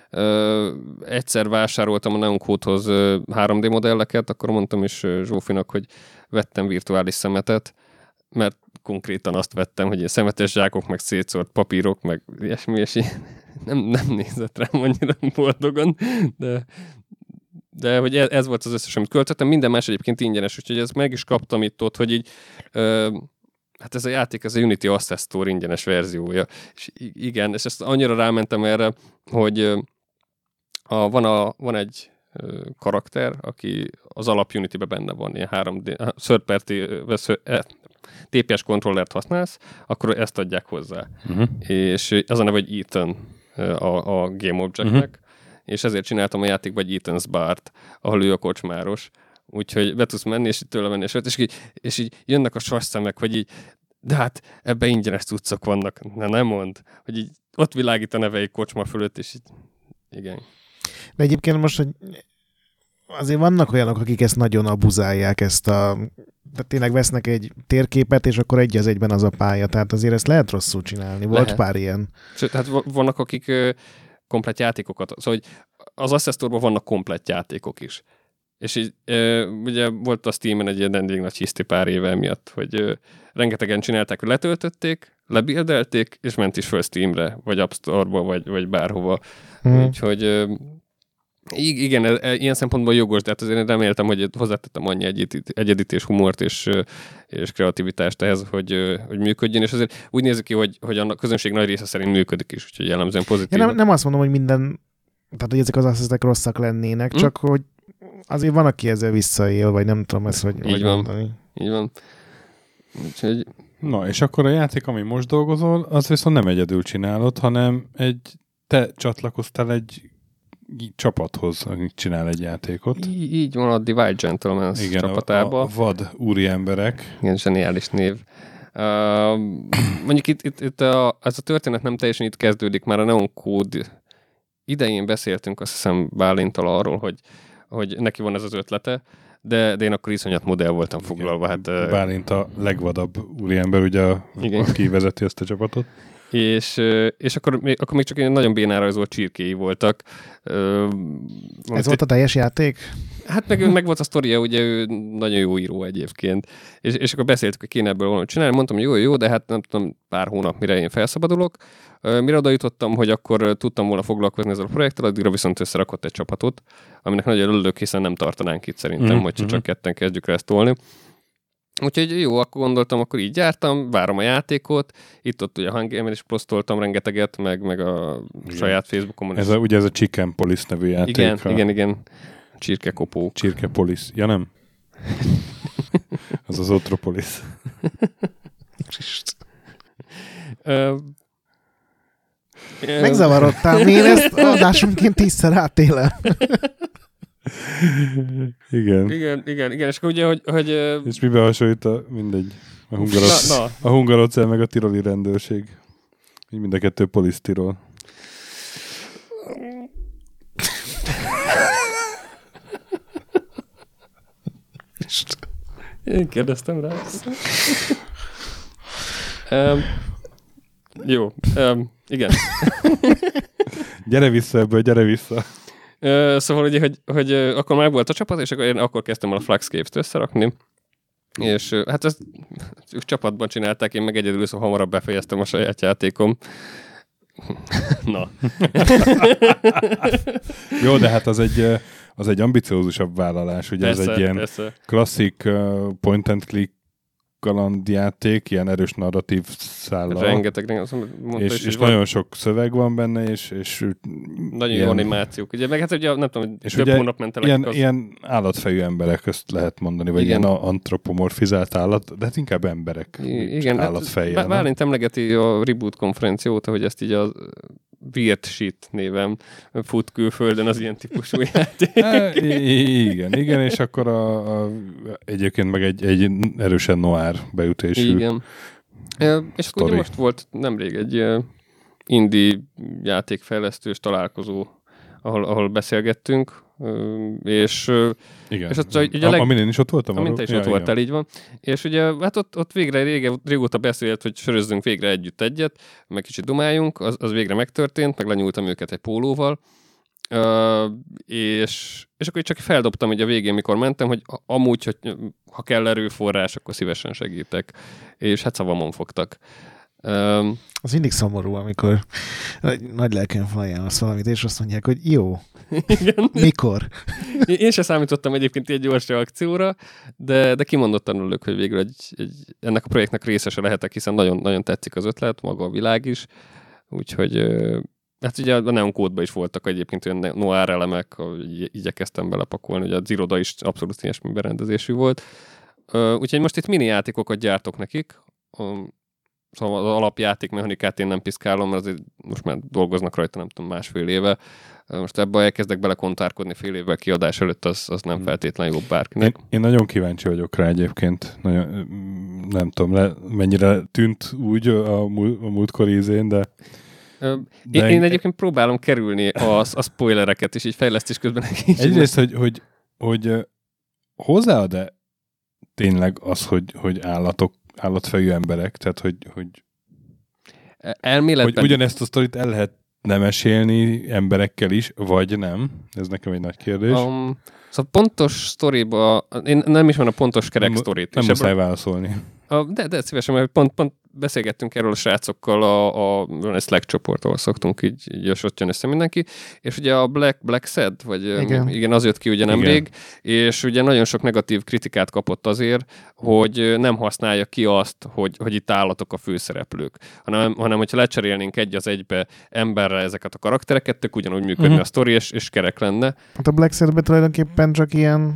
egyszer vásároltam a Neon Code-hoz 3D modelleket, akkor mondtam is Zsófinak, hogy vettem virtuális szemetet, mert konkrétan azt vettem, hogy szemetes zsákok, meg szétszórt papírok, meg ilyesmi, és nem nézett rám annyira boldogan, de hogy ez volt az összes, amit költöttem. Minden más egyébként ingyenes, úgyhogy ezt meg is kaptam itt ott, hogy így hát ez a játék, ez a Unity Access Store ingyenes verziója. És igen, és ezt annyira rámentem erre, hogy van egy karakter, aki az alap Unity-ben benne van, ilyen 3D, TPS kontrollert használsz, akkor ezt adják hozzá. Uh-huh. És az a neve, hogy Ethan a Game Objectnek, és ezért csináltam a játékban egy Ethan's Bart, ahol ő a kocsmáros. Úgyhogy be tudsz menni, és tőle menni, és így jönnek a sasszemek, hogy így, de hát ebben ingyenes cuccok vannak. Nem mondd, hogy így ott világít a neve egy kocsma fölött, és így, igen. De egyébként most, hogy azért vannak olyanok, akik ezt nagyon abuzálják, tehát tényleg vesznek egy térképet, és akkor egy az egyben az a pálya. Tehát azért ezt lehet rosszul csinálni. Volt pár ilyen. Sőt, hát vannak, akik komplett játékokat, szóval hogy az Access Store-ban vannak komplett játékok is. És így ugye volt a Steam-en egy ilyen elég nagy hiszti pár éve miatt, hogy rengetegen csinálták, hogy letöltötték, lebildelték, és ment is föl Steamre, vagy App Store-ba, vagy bárhova. Úgyhogy igen, ilyen szempontból jogos, de hát azért reméltem, hogy hozzátettem annyi egyedítés, humort és kreativitást ehhez, hogy működjön, és azért úgy néz ki, hogy a közönség nagy része szerint működik is, úgyhogy jellemzően pozitív. Nem azt mondom, hogy minden, tehát hogy ezek az asszetek rosszak lennének, csak hogy azért van, aki ezzel visszaél, vagy nem tudom ezt, hogy mondani. Így van. Úgyhogy... Na, és akkor a játék, ami most dolgozol, az viszont nem egyedül csinálod, hanem egy te csatlakoztál egy csapathoz, akik csinál egy játékot. Így van, a Divide Gentlemen csapatába. A vad úri emberek. Igen, zseniális név. Mondjuk itt ez a történet nem teljesen itt kezdődik, már a Neon Code idején beszéltünk, azt hiszem Bálinttal arról, hogy neki van ez az ötlete, de én akkor iszonyat modell voltam foglalva. Hát, Bálint a legvadabb úriember, ugye, aki vezeti ezt a csapatot. És akkor még csak egy nagyon bénán rajzolt csirkéi voltak. Ez volt a teljes játék? Hát meg volt a sztoria, ugye ő nagyon jó író egyébként. És akkor beszéltük, hogy kéne ebből valamit csinálni. Mondtam, hogy jó, de hát nem tudom, pár hónap, mire én felszabadulok. Mire oda jutottam, hogy akkor tudtam volna foglalkozni ezzel a projekttel, addigra viszont összerakott egy csapatot, aminek nagyon örülök, hiszen nem tartanánk itt szerintem, hogyha csak ketten kezdjük rá ezt tolni. Úgyhogy jó, akkor gondoltam, akkor így jártam, várom a játékot, itt-ott ugye a Hungame-en is posztoltam rengeteget, meg a saját Facebookomon is. Ugye ez a Chicken Police nevű játék. Igen. Csirkekopók. Csirkepolis. Ja nem? Az az Otropolis. Megzavarodtál, miért ezt adásunként 10-szer átélem? Igen, és akkor ugye, hogy és miben hasonlít mindegy, a Hungarocell meg a tiroli rendőrség. Így mind a kettő polisztirol. Én kérdeztem rá. Jó, igen. Gyere vissza ebből, gyere vissza. Szóval ugye, hogy akkor már volt a csapat, és akkor én akkor kezdtem el a Fluxcape-t összerakni. És hát ezt ők csapatban csinálták, én meg egyedül, szóval hamarabb befejeztem a saját játékom. Na. Jó, de hát az egy ambiciózusabb vállalás, ugye persze, ez egy ilyen klasszik point and click kalandjáték, ilyen erős narratív szállal. Rengeteg, és nagyon sok szöveg van benne, és nagyon jó animációk. Ugye, meg hát ugye nem tudom, hogy több hónap ment el. Ilyen állatfejű emberek, ezt lehet mondani, vagy igen. Ilyen antropomorfizált állat, de hát inkább emberek. Igen, állatfejjel. Bálint emlegeti a Reboot konferenció óta, hogy ezt így a Weird Shit névem fut külföldön az ilyen típusú játék. Igen, és akkor egyébként meg egy erősen noir beütésű. Igen. És akkor ugye most volt nemrég egy indie játékfejlesztős találkozó, ahol beszélgettünk, és igen. És ott, ugye amin én is ott voltam. Amint te is ott voltál, így van. És ugye hát ott végre régóta beszélt, hogy sörözzünk végre együtt egyet, meg kicsit dumáljunk, az végre megtörtént, meg lenyúltam őket egy pólóval, és akkor csak feldobtam hogy a végén, mikor mentem, hogy amúgy, hogy ha kell erőforrás, akkor szívesen segítek. És hát szavamon fogtak. Az mindig szomorú, amikor nagy lelken felajánlasz valamit, és azt mondják, hogy jó. Igen. Mikor? Én sem számítottam egyébként egy gyors reakcióra, de kimondottan örülök, hogy végül ennek a projektnek részese lehetek, hiszen nagyon, nagyon tetszik az ötlet, maga a világ is. Úgyhogy hát ugye a Neon Code-ban is voltak egyébként olyan noir elemek, igyekeztem belepakolni, ugye a Zeroda is abszolút ilyesmi berendezésű volt. Úgyhogy most itt mini játékokat gyártok nekik. Szóval az alapjáték mechanikát én nem piszkálom, mert azért most már dolgoznak rajta, nem tudom, másfél éve. Most ebben elkezdek belekontárkodni fél évvel kiadás előtt, az nem feltétlenül jobb bárkinek. Én nagyon kíváncsi vagyok rá egyébként. Nagyon, nem tudom, mennyire tűnt úgy a múltkori ízén, de... Én egyébként próbálom kerülni a spoilereket, és így fejlesztés közben... Egyrészt, hogy hozzáad-e tényleg az, hogy állatfejű emberek, tehát hogy elméletben... Hogy ugyanezt a sztorit el lehet nem mesélni emberekkel is, vagy nem? Ez nekem egy nagy kérdés. Szóval pontos sztoriba, én nem is van a pontos kerek sztorit. Nem muszáj válaszolni. De szívesen, mert pont beszélgettünk erről a srácokkal a Slack csoport, ahol szoktunk így ott jön össze mindenki, és ugye a Black Sad, vagy igen, az jött ki ugye nemrég, és ugye nagyon sok negatív kritikát kapott azért, hogy nem használja ki azt, hogy itt állatok a főszereplők, hanem hogyha lecserélnénk egy az egybe emberre ezeket a karaktereket, tök ugyanúgy működne a sztori, és kerek lenne. Hát a Black Sadben tulajdonképpen csak ilyen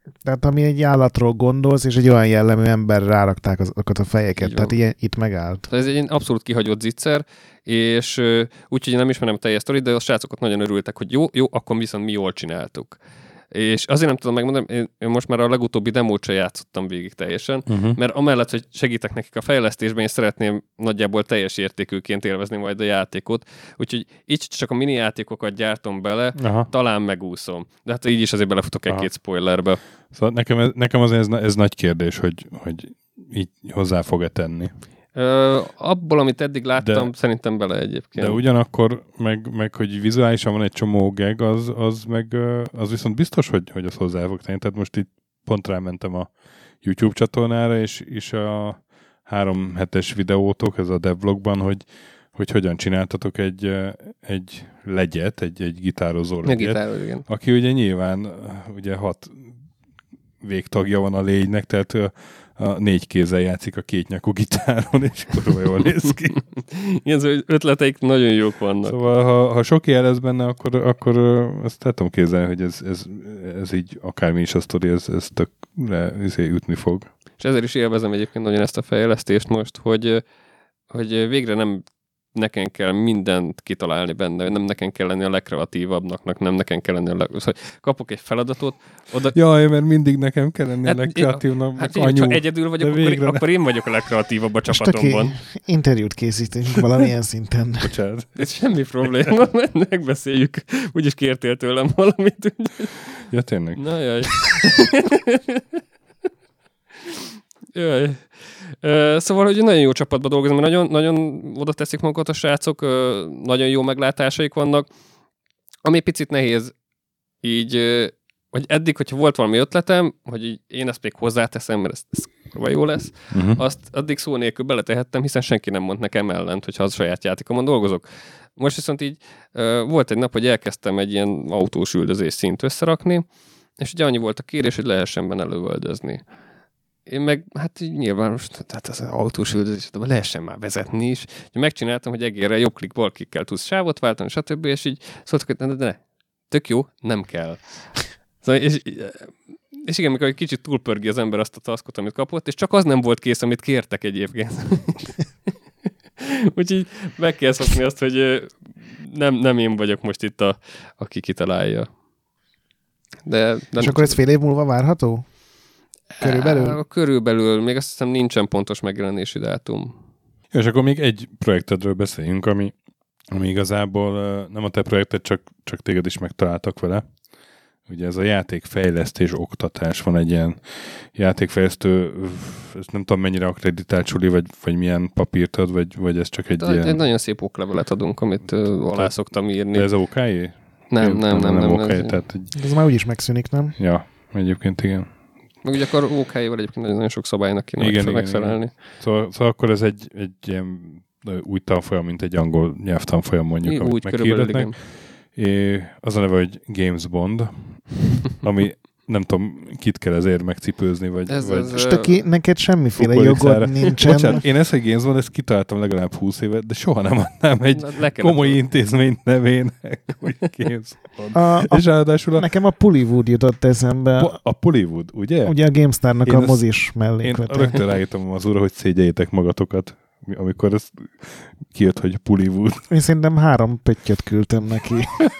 Tehát ami egy állatról gondolsz, és egy olyan jellemű ember rárakták azokat a fejeket, tehát ilyen, itt megállt. Ez egy abszolút kihagyott zicser, és úgyhogy nem ismerem a teljes sztorit, de a srácok nagyon örültek, hogy jó, akkor viszont mi jól csináltuk. És azért nem tudom megmondani, én most már a legutóbbi demót sem játszottam végig teljesen, mert amellett, hogy segítek nekik a fejlesztésben, és szeretném nagyjából teljes értékűként élvezni majd a játékot, úgyhogy így csak a mini játékokat gyártom bele, talán megúszom. De hát így is azért belefutok egy-két spoilerbe. Szóval nekem azért ez nagy kérdés, hogy így hozzá fog-e tenni. Abból, amit eddig láttam, szerintem bele egyébként. De ugyanakkor, meg hogy vizuálisan van egy csomó gag, az viszont biztos, hogy az hozzá fog tenni. Tehát most itt pont rámentem a YouTube csatornára, és a 3 hetes videótok, ez a devlogban, hogy hogyan csináltatok egy legyet, egy gitározó legyet, igen. aki ugye nyilván ugye 6 végtagja van a lénynek, tehát a 4 kézzel játszik a 2 nyakú gitáron, és kurva jól néz ki. Ilyen ötleteik nagyon jók vannak. Szóval, ha sok jel lesz benne, akkor ezt el tudom képzelni, hogy ez így akármi is a sztori, ez tökre ütni fog. És ezért is élvezem egyébként nagyon ezt a fejlesztést most, hogy végre nem nekem kell mindent kitalálni benne, nem nekem kell lenni a legkreatívabbnak, nem nekem kell lenni szóval akkor egy feladatot, oda... Jaj, mert mindig nekem kell lenni a legkreatívnak, hát én, ha egyedül vagyok, akkor én vagyok a legkreatívabb a csapatomban. Interjút készítünk valamilyen szinten. Bocsánat. Ez semmi probléma, megbeszéljük. Úgyis kértél tőlem valamit. Ja, tényleg. Na jaj. Jaj. Szóval, hogy nagyon jó csapatban dolgozom, mert nagyon, nagyon oda teszik magukat a srácok, nagyon jó meglátásaik vannak, ami picit nehéz így, hogy eddig, hogyha volt valami ötletem, hogy így én ezt még hozzáteszem, mert ez jó lesz, azt addig szó nélkül beletehettem, hiszen senki nem mond nekem ellent, hogyha az saját játékomon dolgozok. Most viszont így volt egy nap, hogy elkezdtem egy ilyen autós üldözés szint összerakni, és ugye annyi volt a kérés, hogy lehessen benne lövöldözni. Én meg, hát nyilván most, tehát az autós üldözés, de lehessen már vezetni is. Megcsináltam, hogy egérrel jobb klik, bal klikkel tudsz sávot váltani, stb. És így szóltak, hogy ne, tök jó, nem kell. Szóval, és igen, mikor egy kicsit túlpörgi az ember azt a taskot, amit kapott, és csak az nem volt kész, amit kértek egyébként. Úgyhogy meg kell szokni azt, hogy nem én vagyok most itt aki kitalálja. De és akkor ez fél év múlva várható? Körülbelül, még azt hiszem nincsen pontos megjelenési dátum. És akkor még egy projektedről beszéljünk, ami igazából nem a te projekted, csak téged is megtaláltak vele. Ugye ez a játékfejlesztés, oktatás, van egy ilyen játékfejlesztő, ezt nem tudom mennyire akkreditált suli, vagy milyen papírt ad, vagy ez csak egy ilyen... Egy nagyon szép oklevelet adunk, amit alá szoktam írni. De ez OK? Nem. OK, tehát... Ez már úgyis megszűnik, nem? Ja, egyébként igen. Meg ugye akkor OK-val egyébként nagyon sok szabálynak kéne megfelelni. Szóval akkor ez egy ilyen új tanfolyam, mint egy angol nyelvtanfolyam mondjuk, amit meghirdetnek. Az a neve, hogy Games Bond, ami nem tudom, kit kell ezért megcipőzni, vagy... És neked semmiféle jogod nincsen. Bocsánat, én ezt a Games Bond, ezt kitaláltam legalább 20 évet, de soha nem adnám egy komoly intézményt nevének, hogy Games Bond. És ráadásul nekem a Pullywood jutott eszembe. A Pullywood, ugye? Ugye a GameStar-nak a mozis mellékvete. Én rögtön ráírtam az úrra, hogy szégyeljétek magatokat, amikor ez kijött, hogy Pullywood. Én szerintem 3 pöttyöt küldtem neki.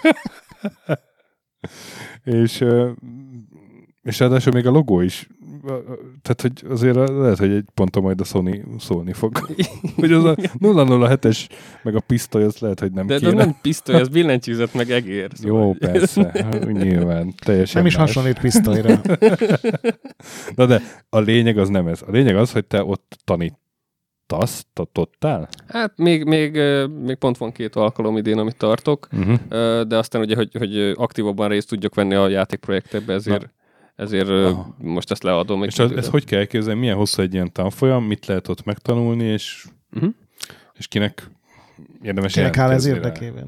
És ráadásul még a logó is, tehát hogy azért lehet, hogy egy ponton majd a Sony szólni fog. Hogy az a 007-es meg a pisztoly, az lehet, hogy nem kéne. De nem pisztoly, az billentyűzet meg egér. Szóval. Jó, persze, nyilván, teljesen nem is más. hasonlít pisztolyra. Na de a lényeg az nem ez. A lényeg az, hogy te ott tanítottál? Hát még pont van 2 alkalom idén, amit tartok, de aztán ugye, hogy aktívabban részt tudjak venni a játékprojektekbe, ezért most ezt leadom. És ez hogy kell elképzelni? Milyen hosszú egy ilyen tanfolyam? Mit lehet ott megtanulni, és kinek érdemes kinek áll ez érdekében?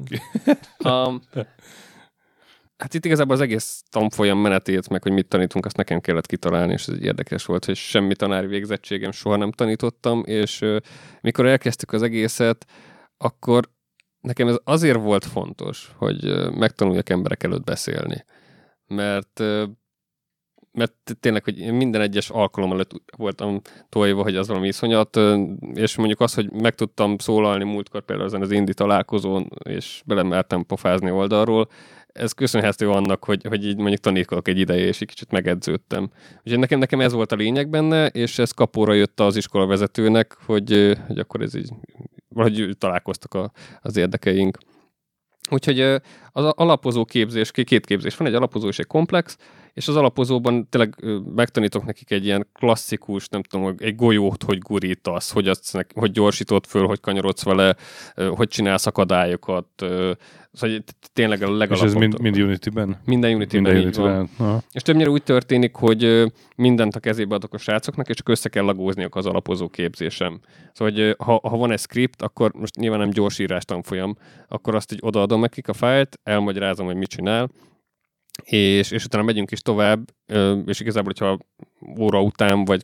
Hát itt igazából az egész tanfolyam menetét, meg hogy mit tanítunk, azt nekem kellett kitalálni, és ez érdekes volt, hogy semmi tanári végzettségem soha nem tanítottam, és mikor elkezdtük az egészet, akkor nekem ez azért volt fontos, hogy megtanuljak emberek előtt beszélni. Mert mert tényleg, hogy minden egyes alkalom előtt voltam tojva, hogy az valami iszonyat, és mondjuk az, hogy meg tudtam szólalni múltkor például ezen az indie találkozón, és belemertem pofázni oldalról, ez köszönhető annak, hogy így mondjuk taníkolok egy ideje, és egy kicsit megedződtem. Úgyhogy nekem ez volt a lényeg benne, és ez kapóra jött az iskolavezetőnek, hogy akkor ez így, valahogy találkoztak az érdekeink. Úgyhogy az alapozó képzés, két képzés van, egy alapozó és egy komplex, és az alapozóban tényleg megtanítok nekik egy ilyen klasszikus, nem tudom, egy golyót, hogy gurítasz, hogy gyorsítod föl, hogy kanyarodsz vele, hogy csinálsz akadályokat, szóval tényleg a legalaposabb. És ez mind Unity-ben? Minden Unity-ben, így van. És többnyire úgy történik, hogy mindent a kezébe adok a srácoknak, és csak össze kell lagózniuk az alapozó képzésem. Szóval, hogy ha van egy script, akkor most nyilván nem gyorsírás tanfolyam, akkor azt így odaadom nekik a fájlt, elmagyarázom, hogy mit csinál, és utána megyünk is tovább, és igazából, hogyha óra után, vagy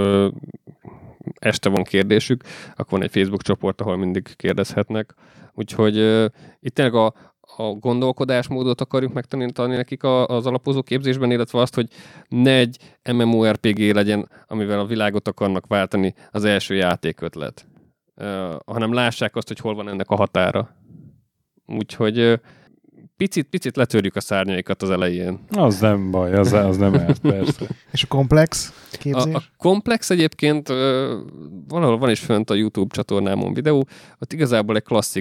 este van kérdésük, akkor van egy Facebook csoport, ahol mindig kérdezhetnek. Úgyhogy itt tényleg a gondolkodásmódot akarjuk megtanítani nekik az alapozó képzésben, illetve azt, hogy ne egy MMORPG legyen, amivel a világot akarnak váltani az első játékötlet, hanem lássák azt, hogy hol van ennek a határa. Úgyhogy picit letörjük a szárnyaikat az elején. Az nem baj, az nem árt, persze. És a komplex képzés? A komplex egyébként valahol van is fönt a YouTube csatornámon videó, ott igazából egy klasszik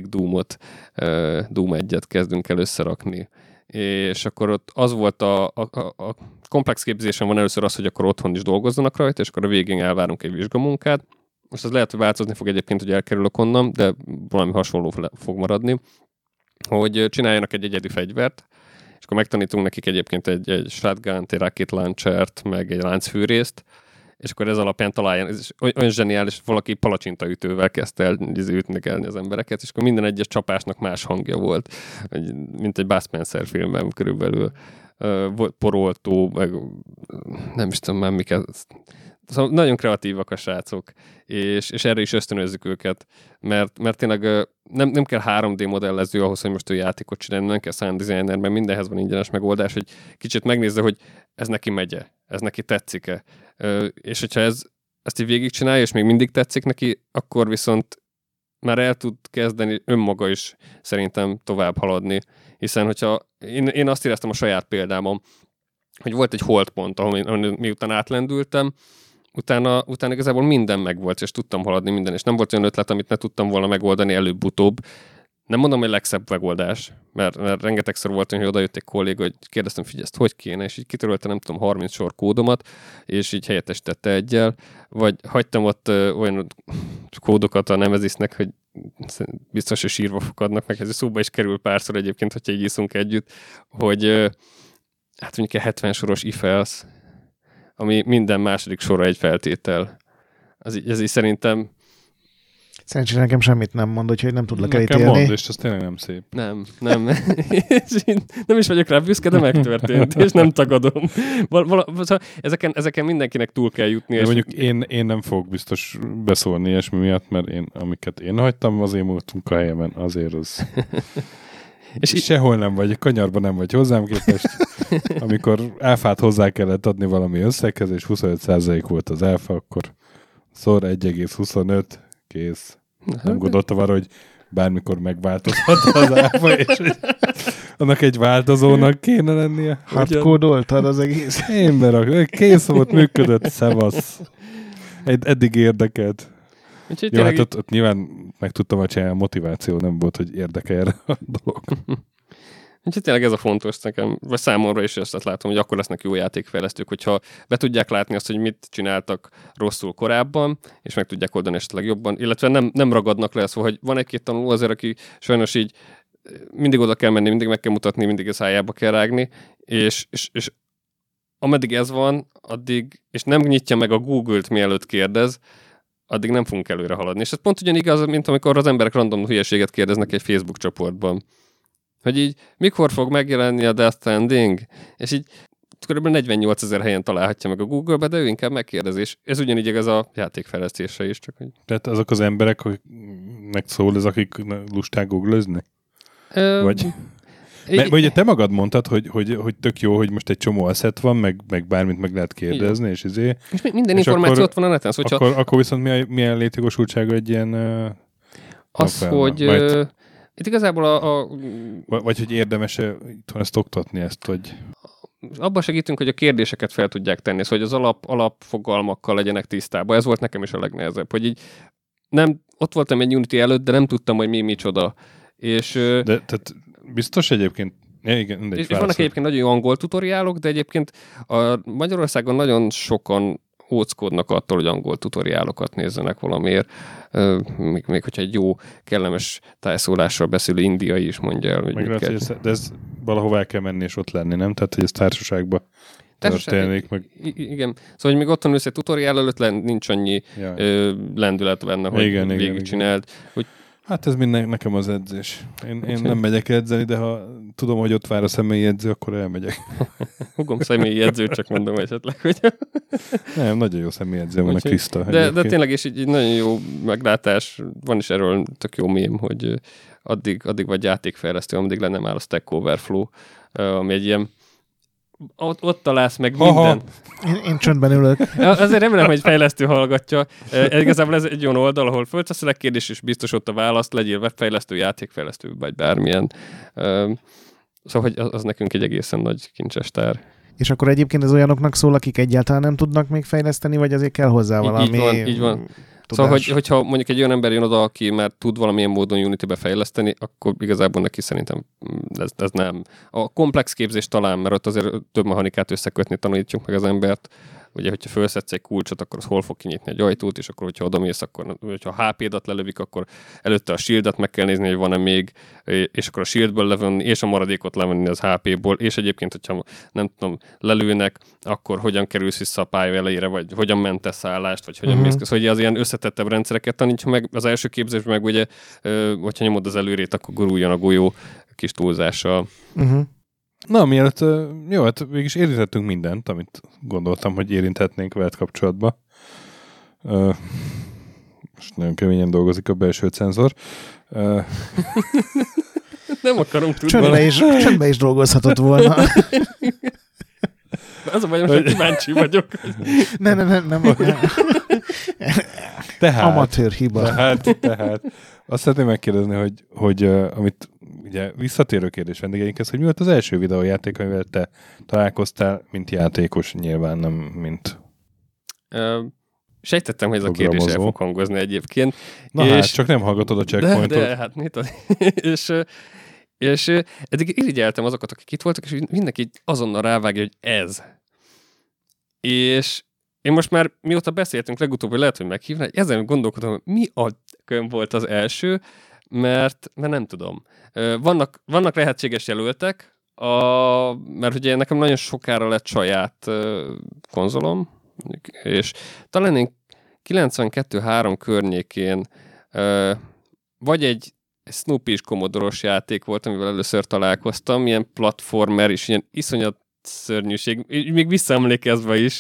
Doom 1-et kezdünk el összerakni. És akkor ott az volt a komplex képzésen van először az, hogy akkor otthon is dolgozzanak rajta, és akkor a végén elvárunk egy vizsgamunkát. Most az lehet, hogy változni fog egyébként, hogy elkerülök onnan, de valami hasonló fog maradni, hogy csináljanak egy egyedi fegyvert, és akkor megtanítunk nekik egyébként egy shotgunt, egy rocket launchert, meg egy láncfűrészt, és akkor ez alapján találják, ez olyan zseniális, valaki palacsintaütővel kezdte el ütnegelni az embereket, és akkor minden egyes csapásnak más hangja volt, mint egy Bud Spencer filmben körülbelül. Volt poroltó, meg nem is tudom már miket. Szóval nagyon kreatívak a srácok, és erre is ösztönözzük őket, mert tényleg nem kell 3D modellező ahhoz, hogy most ő játékot csinálni, nem kell sound designer, mert mindenhez van ingyenes megoldás, hogy kicsit megnézze, hogy ez neki megye, ez neki tetszik-e. És hogyha ezt így végigcsinálja, és még mindig tetszik neki, akkor viszont már el tud kezdeni önmaga is szerintem tovább haladni. Hiszen, hogyha én azt éreztem a saját példámon, hogy volt egy holdpont, ahol miután átlendültem, utána igazából minden megvolt, és tudtam haladni minden, és nem volt olyan ötlet, amit ne tudtam volna megoldani előbb-utóbb. Nem mondom, hogy legszebb megoldás, mert rengetegszer volt olyan, hogy odajött egy kolléga, hogy kérdeztem, figyelj, ezt hogy kéne, és így kitörölte, nem tudom, 30 sor kódomat, és így helyettesítette egyel, vagy hagytam ott olyan kódokat a Nemezisnek, hogy biztos, hogy sírva fakadnak meg, ez szóba is kerül párszor egyébként, hogyha így iszunk együtt, hogy hát mondjuk egy 70 soros if-else, ami minden második sorra egy feltétel. Ez így szerintem... Szerencsére nekem semmit nem mond, úgyhogy nem tudlak elítélni. Nekem mond, és az tényleg nem szép. Nem. Nem is vagyok rá büszke, de megtörtént, és nem tagadom. Ezeken mindenkinek túl kell jutni. De mondjuk én nem fogok biztos beszólni ilyesmi miatt, mert amiket én hagytam az én múlt munkahelyemen, azért az... És sehol nem vagy, a kanyarban nem vagy hozzám képest. Amikor áfát hozzá kellett adni valami összeghez, és 25% volt az áfa, akkor szor 1,25, kész. Nem gondoltam arra, hogy bármikor megváltozhat az áfa, és hogy annak egy változónak kéne lennie. Hardkódoltad az egész. Én berak, kész volt, működött, szevasz. Eddig érdekelt. Jó, hát ott nyilván meg tudtam csinálni, a motiváció nem volt, hogy érdekel erre a dolog. Úgyhogy tényleg ez a fontos nekem, vagy számomra is ezt látom, hogy akkor lesznek jó játékfejlesztők, hogyha be tudják látni azt, hogy mit csináltak rosszul korábban, és meg tudják oldani esetleg jobban, illetve nem ragadnak le, szóval, hogy van egy-két tanuló azért, aki sajnos így mindig oda kell menni, mindig meg kell mutatni, mindig a szájába kell rágni, és ameddig ez van, addig, és nem nyitja meg a Google-t, mielőtt kérdez, addig nem fogunk előre haladni. És ez pont ugyanigaz, mint amikor az emberek random hülyeséget kérdeznek egy Facebook csoportban. Hogy így, mikor fog megjelenni a Death Stranding? És így kb. 48 000 helyen találhatja meg a Google-be, de ő inkább megkérdezés. Ez ugyanígy igaz a játékfejlesztésre is. Csak hogy... Tehát azok az emberek, akiknek szól ez, akik lusták googlözni? Vagy... Mert ugye te magad mondtad, hogy tök jó, hogy most egy csomó asset van, meg bármit meg lehet kérdezni, és És minden információ ott van a neten. Szóval akkor viszont milyen létjogosultsága egy ilyen... az, hogy... Itt igazából Vagy hogy érdemes-e itthon ezt oktatni, ezt, hogy... Abban segítünk, hogy a kérdéseket fel tudják tenni, szóval hogy az alapfogalmakkal legyenek tisztában. Ez volt nekem is a legnehezebb, hogy így nem, ott voltam egy Unity előtt, de nem tudtam, hogy micsoda. És, de tehát biztos egyébként... Igen, és vannak egyébként nagyon jó angol tutoriálok, de egyébként Magyarországon nagyon sokan óckodnak attól, hogy angol tutoriálokat nézzenek valamiért. Még hogyha egy jó, kellemes tájszólással beszélő indiai is mondja el, hogy mit kell. De ez valahova el kell menni és ott lenni, nem? Tehát, hogy ez társaságban történik meg. Igen. Szóval, hogy még otthon ülsz egy tutoriál előtt, nincs annyi lendület benne, hogy végigcsináld. Hát ez nekem az edzés. Én nem megyek edzeni, de ha tudom, hogy ott vár a személyi edző, akkor elmegyek. Hugom személyi edző, csak mondom esetleg, hogy... Nem, nagyon jó személyi edző van a Kriszta. De tényleg is így nagyon jó meglátás. Van is erről tök jó mém, hogy addig vagy játékfejlesztő, ameddig le nem áll a Stack Overflow, ami egy ilyen ott találsz meg minden. Én csöndben ülök. Azért remélem, hogy fejlesztő hallgatja. Igazából ez egy olyan oldal, ahol fölteszel kérdés, és biztos ott a választ, legyél webfejlesztő, játékfejlesztő, vagy bármilyen. Szóval, hogy az nekünk egy egészen nagy kincsestár. És akkor egyébként ez olyanoknak szól, akik egyáltalán nem tudnak még fejleszteni, vagy azért kell hozzá valami... Így van. Tudás. Szóval, hogyha mondjuk egy olyan ember jön oda, aki már tud valamilyen módon Unity-be fejleszteni, akkor igazából neki szerintem ez nem. A komplex képzés talán, mert ott azért több mechanikát összekötni tanítjuk meg az embert. Ugye, hogyha felszedsz egy kulcsot, akkor az hol fog kinyitni egy ajtót, és akkor, hogyha odamész, akkor, hogyha a HP-dat lelövik, akkor előtte a shieldet meg kell nézni, hogy van-e még, és akkor a shieldből levonni, és a maradékot levenni az HP-ból, és egyébként, hogyha nem tudom, lelőnek, akkor hogyan kerülsz vissza a pálya elejére, vagy hogyan mentesz szállást, vagy hogyan mész. Szóval az ilyen összetettebb rendszereket tanítja meg. Az első képzésben meg ugye, hogyha nyomod az előrét, akkor guruljon a golyó kis túlzással. Na, mielőtt, jó, hát mégis érintettünk mindent, amit gondoltam, hogy érinthetnénk veled kapcsolatban. Most nagyon keményen dolgozik a belső cenzor. Nem akarom tudni. Csöndbe is dolgozhatott volna. Az a bajom, hogy kíváncsi vagyok. Nem. Tehát, amatőr hiba. Tehát. Azt szeretném megkérdezni, hogy amit ugye visszatérő kérdés vendégeinkhez, hogy mi volt az első videójáték, amivel te találkoztál, mint játékos, nyilván nem, mint sejtettem, hogy ez a kérdés el fog hangozni egyébként. Na és... hát, csak nem hallgatod a checkpointot. De hát mit? és eddig irigyeltem azokat, akik itt voltak, és mindenki azonnal rávágja, hogy ez. És én most már, mióta beszéltünk legutóbb, hogy lehet, hogy meghívnál, ezen gondolkodom, hogy mi a könyv volt az első, mert nem tudom. Vannak lehetséges jelöltek, mert ugye nekem nagyon sokára lett saját konzolom, és talán én 92-3 környékén vagy egy Snoopy-s Commodore-os játék volt, amivel először találkoztam, ilyen platformer és ilyen iszonyat szörnyűség, még visszaemlékezve is.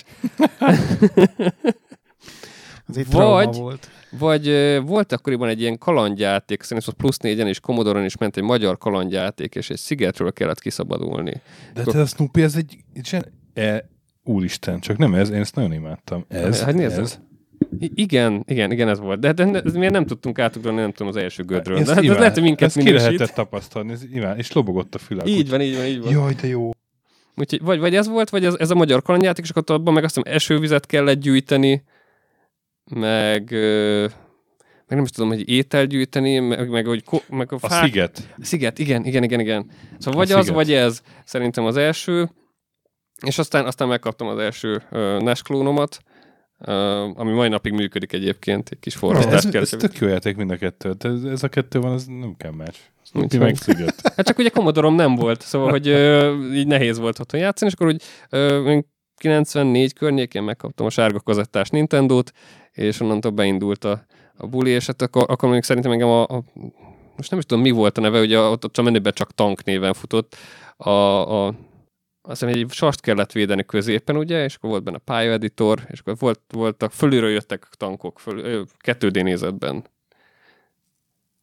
Ez egy trauma volt. Vagy volt akkoriban egy ilyen kalandjáték, szerintem Plus 4-en és Commodore-on is ment egy magyar kalandjáték, és egy szigetről kellett kiszabadulni. De te a Snoopy, ez egy úristen, csak nem ez, én ezt nagyon imádtam. Ez. Igen, ez volt. De ez miért nem tudtunk átugrani, nem tudom, az első gödről. Ez lehet, hogy minket ezt ki lehetett tapasztalni, és lobogott a fülek. Így van. Jaj, de jó. Úgyhogy vagy ez volt, vagy ez a magyar kalandjáték, és akkor abban meg azt hiszem esővizet kellett gyűjteni, meg nem is tudom, hogy ételt gyűjteni, meg a fák. A sziget. Sziget, igen. Szóval vagy az, vagy ez szerintem az első, és aztán megkaptam az első NES klónomat, ami mai napig működik egyébként, egy kis fordítást kell. Ez tök jó játék mind a kettő. Ez a kettő van, az nem kell más. Snoopy meg sziget. Hát csak ugye Commodore-om nem volt, szóval hogy így nehéz volt otthon játszani, és akkor úgy 94 környékén megkaptam a sárga kazettás Nintendót, és onnantól beindult a buli, és hát akkor még szerintem engem most nem is tudom, mi volt a neve, ugye ott a menüben csak Tank néven futott, azt hiszem, egy sast kellett védeni középen, ugye, és akkor volt benne pályaeditor, és akkor voltak, fölülről jöttek tankok, 2D nézetben.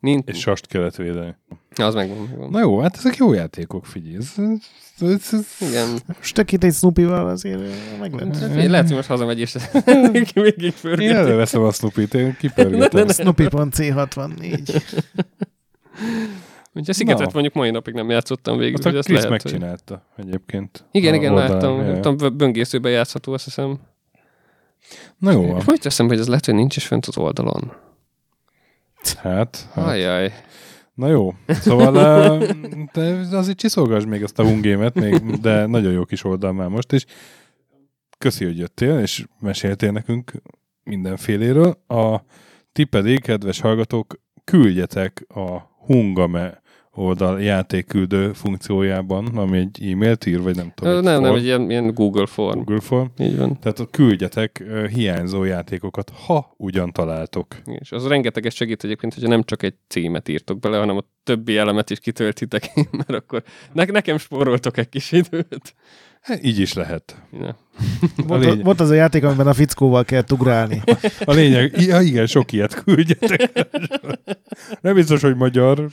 És sast kellett védeni. Az megvan. Na jó, hát ezek jó játékok, figyelj. Igen. Most te itt egy Snoopy-val azért meglepő. Lehet, hogy most hazamegy és végig pörgeti. Én előveszem a Snoopy-t, én kipörgetem. Snoopy.c64. Úgyhogy a Szigetet mondjuk mai napig nem játszottam végül. Azt a Chris megcsinálta egyébként. Igen, láttam. Böngészőben játszható, azt hiszem. Na jó. És majd teszem, hogy ez lehet, hogy nincs is fent az oldalon. Hát. Ajjaj. Na jó. Szóval te azért csiszolgass még ezt a hungémet, de nagyon jó kis oldal már most is. Köszi, hogy jöttél, és meséltél nekünk mindenféléről. Ti pedig, kedves hallgatók, küldjetek a Hungame oldal játékküldő funkciójában, ami egy e-mailt ír, vagy nem tudom. Nem, egy ilyen Google Form. Google Form. Így van. Tehát küldjetek hiányzó játékokat, ha ugyan találtok. És az rengeteget segít egyébként, hogyha nem csak egy címet írtok bele, hanem a többi elemet is kitöltitek, mert akkor nekem spóroltok egy kis időt. Hát, így is lehet. Ja. Volt az a játék, amiben a fickóval kellett ugrálni. A lényeg, igen, sok ilyet küldjetek. Nem biztos, hogy magyar.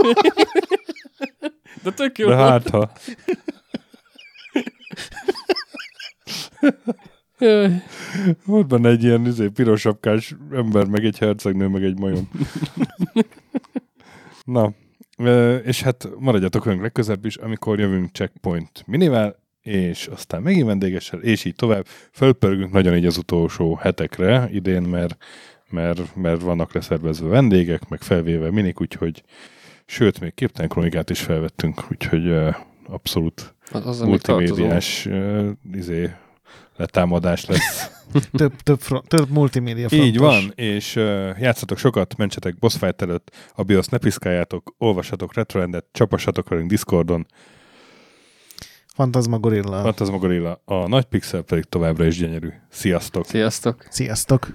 De tök jó. De hát, ha. Volt benne egy ilyen piros sapkás ember, meg egy hercegnő, meg egy majom. Na, és hát maradjatok velünk legközelebb is, amikor jövünk Checkpoint Minivel, és aztán megint vendégessel, és így tovább. Fölpörgünk nagyon így az utolsó hetekre idén, mert vannak leszervezve vendégek, meg felvéve minik, úgyhogy sőt, még Képtelen Kronikát is felvettünk, úgyhogy abszolút az multimédiás letámadás lesz. több multimédia frontos. Így van, és játszatok sokat, mentsetek boss fight előtt, a BIOS ne piszkáljátok, olvassatok Retroendet, csapassatok velünk Discordon. Fantasmagorilla. A nagy pixel pedig továbbra is gyönyörű. Sziasztok! Sziasztok!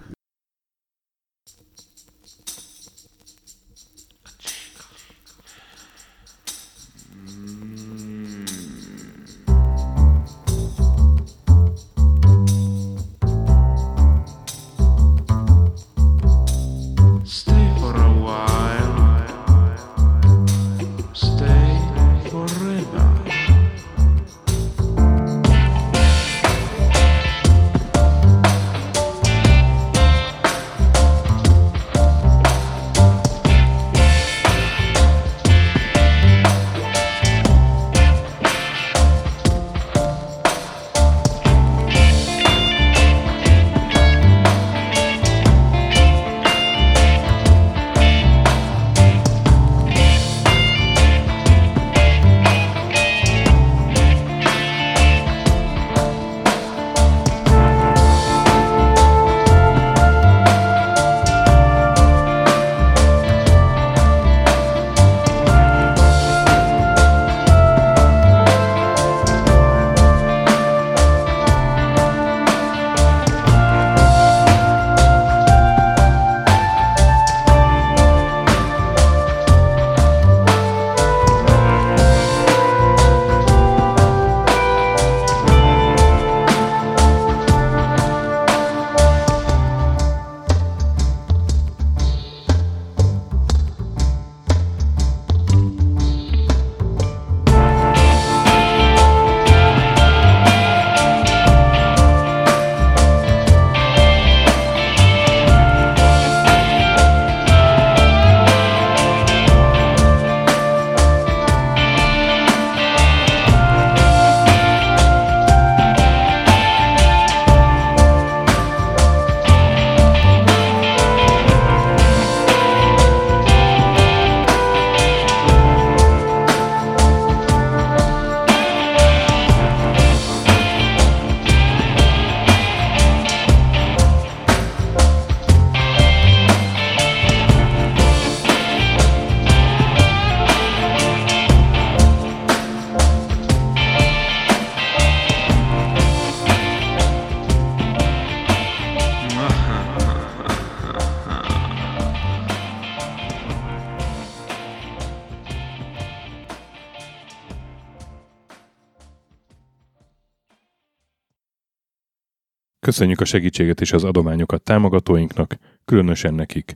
Köszönjük a segítséget és az adományokat támogatóinknak, különösen nekik.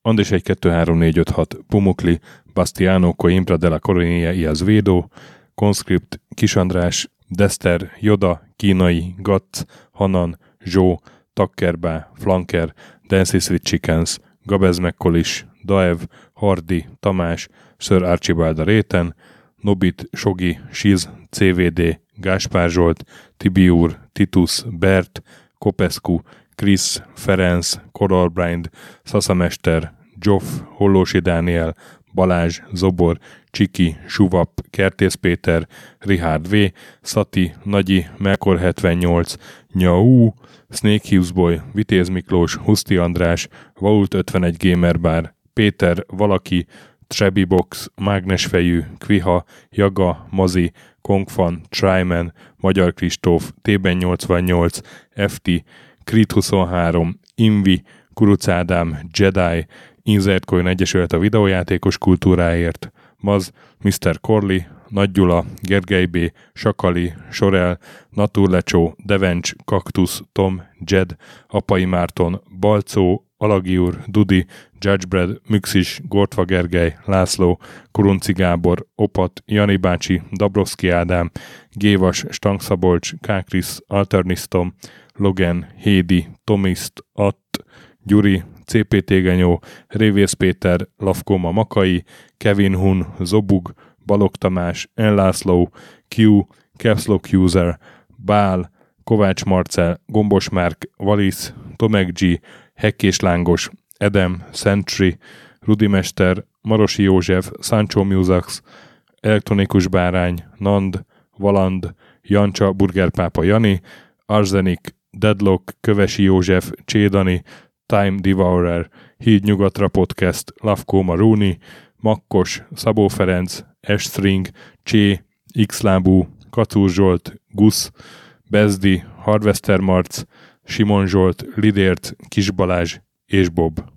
Andis 1, 2, 3, 4, 5, 6, Pumukli, Bastiano, Coimbra de la Coronia, Iaz Védó, Conscript, Kis András, Dester, Joda, Kínai, Gatz, Hanan, Zsó, Takkerbá, Flanker, Dancy Sweet Chickens, Gabez Mekkolis, Daev, Hardi, Tamás, Sir Archibald a Réten, Nobit, Sogi, Siz, CVD, Gáspár Zsolt, Tibiur, Titus, Bert, Kopescu, Krisz, Ferenc, Koralbrind, Szaszamester, Zsoff, Hollósi Dániel, Balázs, Zobor, Csiki, Suvap, Kertész Péter, Richard V, Szati, Nagyi, Melkor 78, Nyau, Snake Hughes Boy, Vitéz Miklós, Huszti András, Vault 51 Gamer Bar, Péter, Valaki, Trebi Box, Mágnesfejű, Kviha, Jaga, Mazi, Kongfan, Tryman, Magyar Kristóf, Tében 88, FT, Krit 23, Invi, Kuruc Ádám, Jedi, Insert Coin Egyesület a videójátékos kultúráért, Maz, Mr. Corley, Nagy Gyula, Gergely B., Sakali, Sorel, Naturlecsó, Devencs, Kaktusz, Tom, Jed, Apai Márton, Balcó, Alagi úr, Dudi, Judgebred, Müxis, Gortva Gergely, László, Kurunci Gábor, Opat, Jani bácsi, Dabrowski Ádám, Gévas, Stangszabolcs, Kákris, Alternisztom, Logan, Hédi, Tomiszt, Att, Gyuri, CPT Genyó, Révész Péter, Lavkoma Makai, Kevin Hun, Zobug, Balog Tamás, Enlászló, Q, Capslock User, Bál, Kovács Marcel, Gombos Márk, Valisz, Tomek G, Hekkés Lángos, Edem, Sentry, Rudimester, Marosi József, Sancho Musax, Elektronikus Bárány, Nand, Valand, Jancsa, Burgerpápa Jani, Arzenik, Deadlock, Kövesi József, Csédani, Time Devourer, Híd Nyugatra Podcast, Lavkó Maruni, Makkos, Szabó Ferenc, Estring, Csé, Xlábú, Kacúr Zsolt, Gusz, Bezdi, Harvester Marc, Simon Zsolt, Lidért, Kis Balázs és Bob.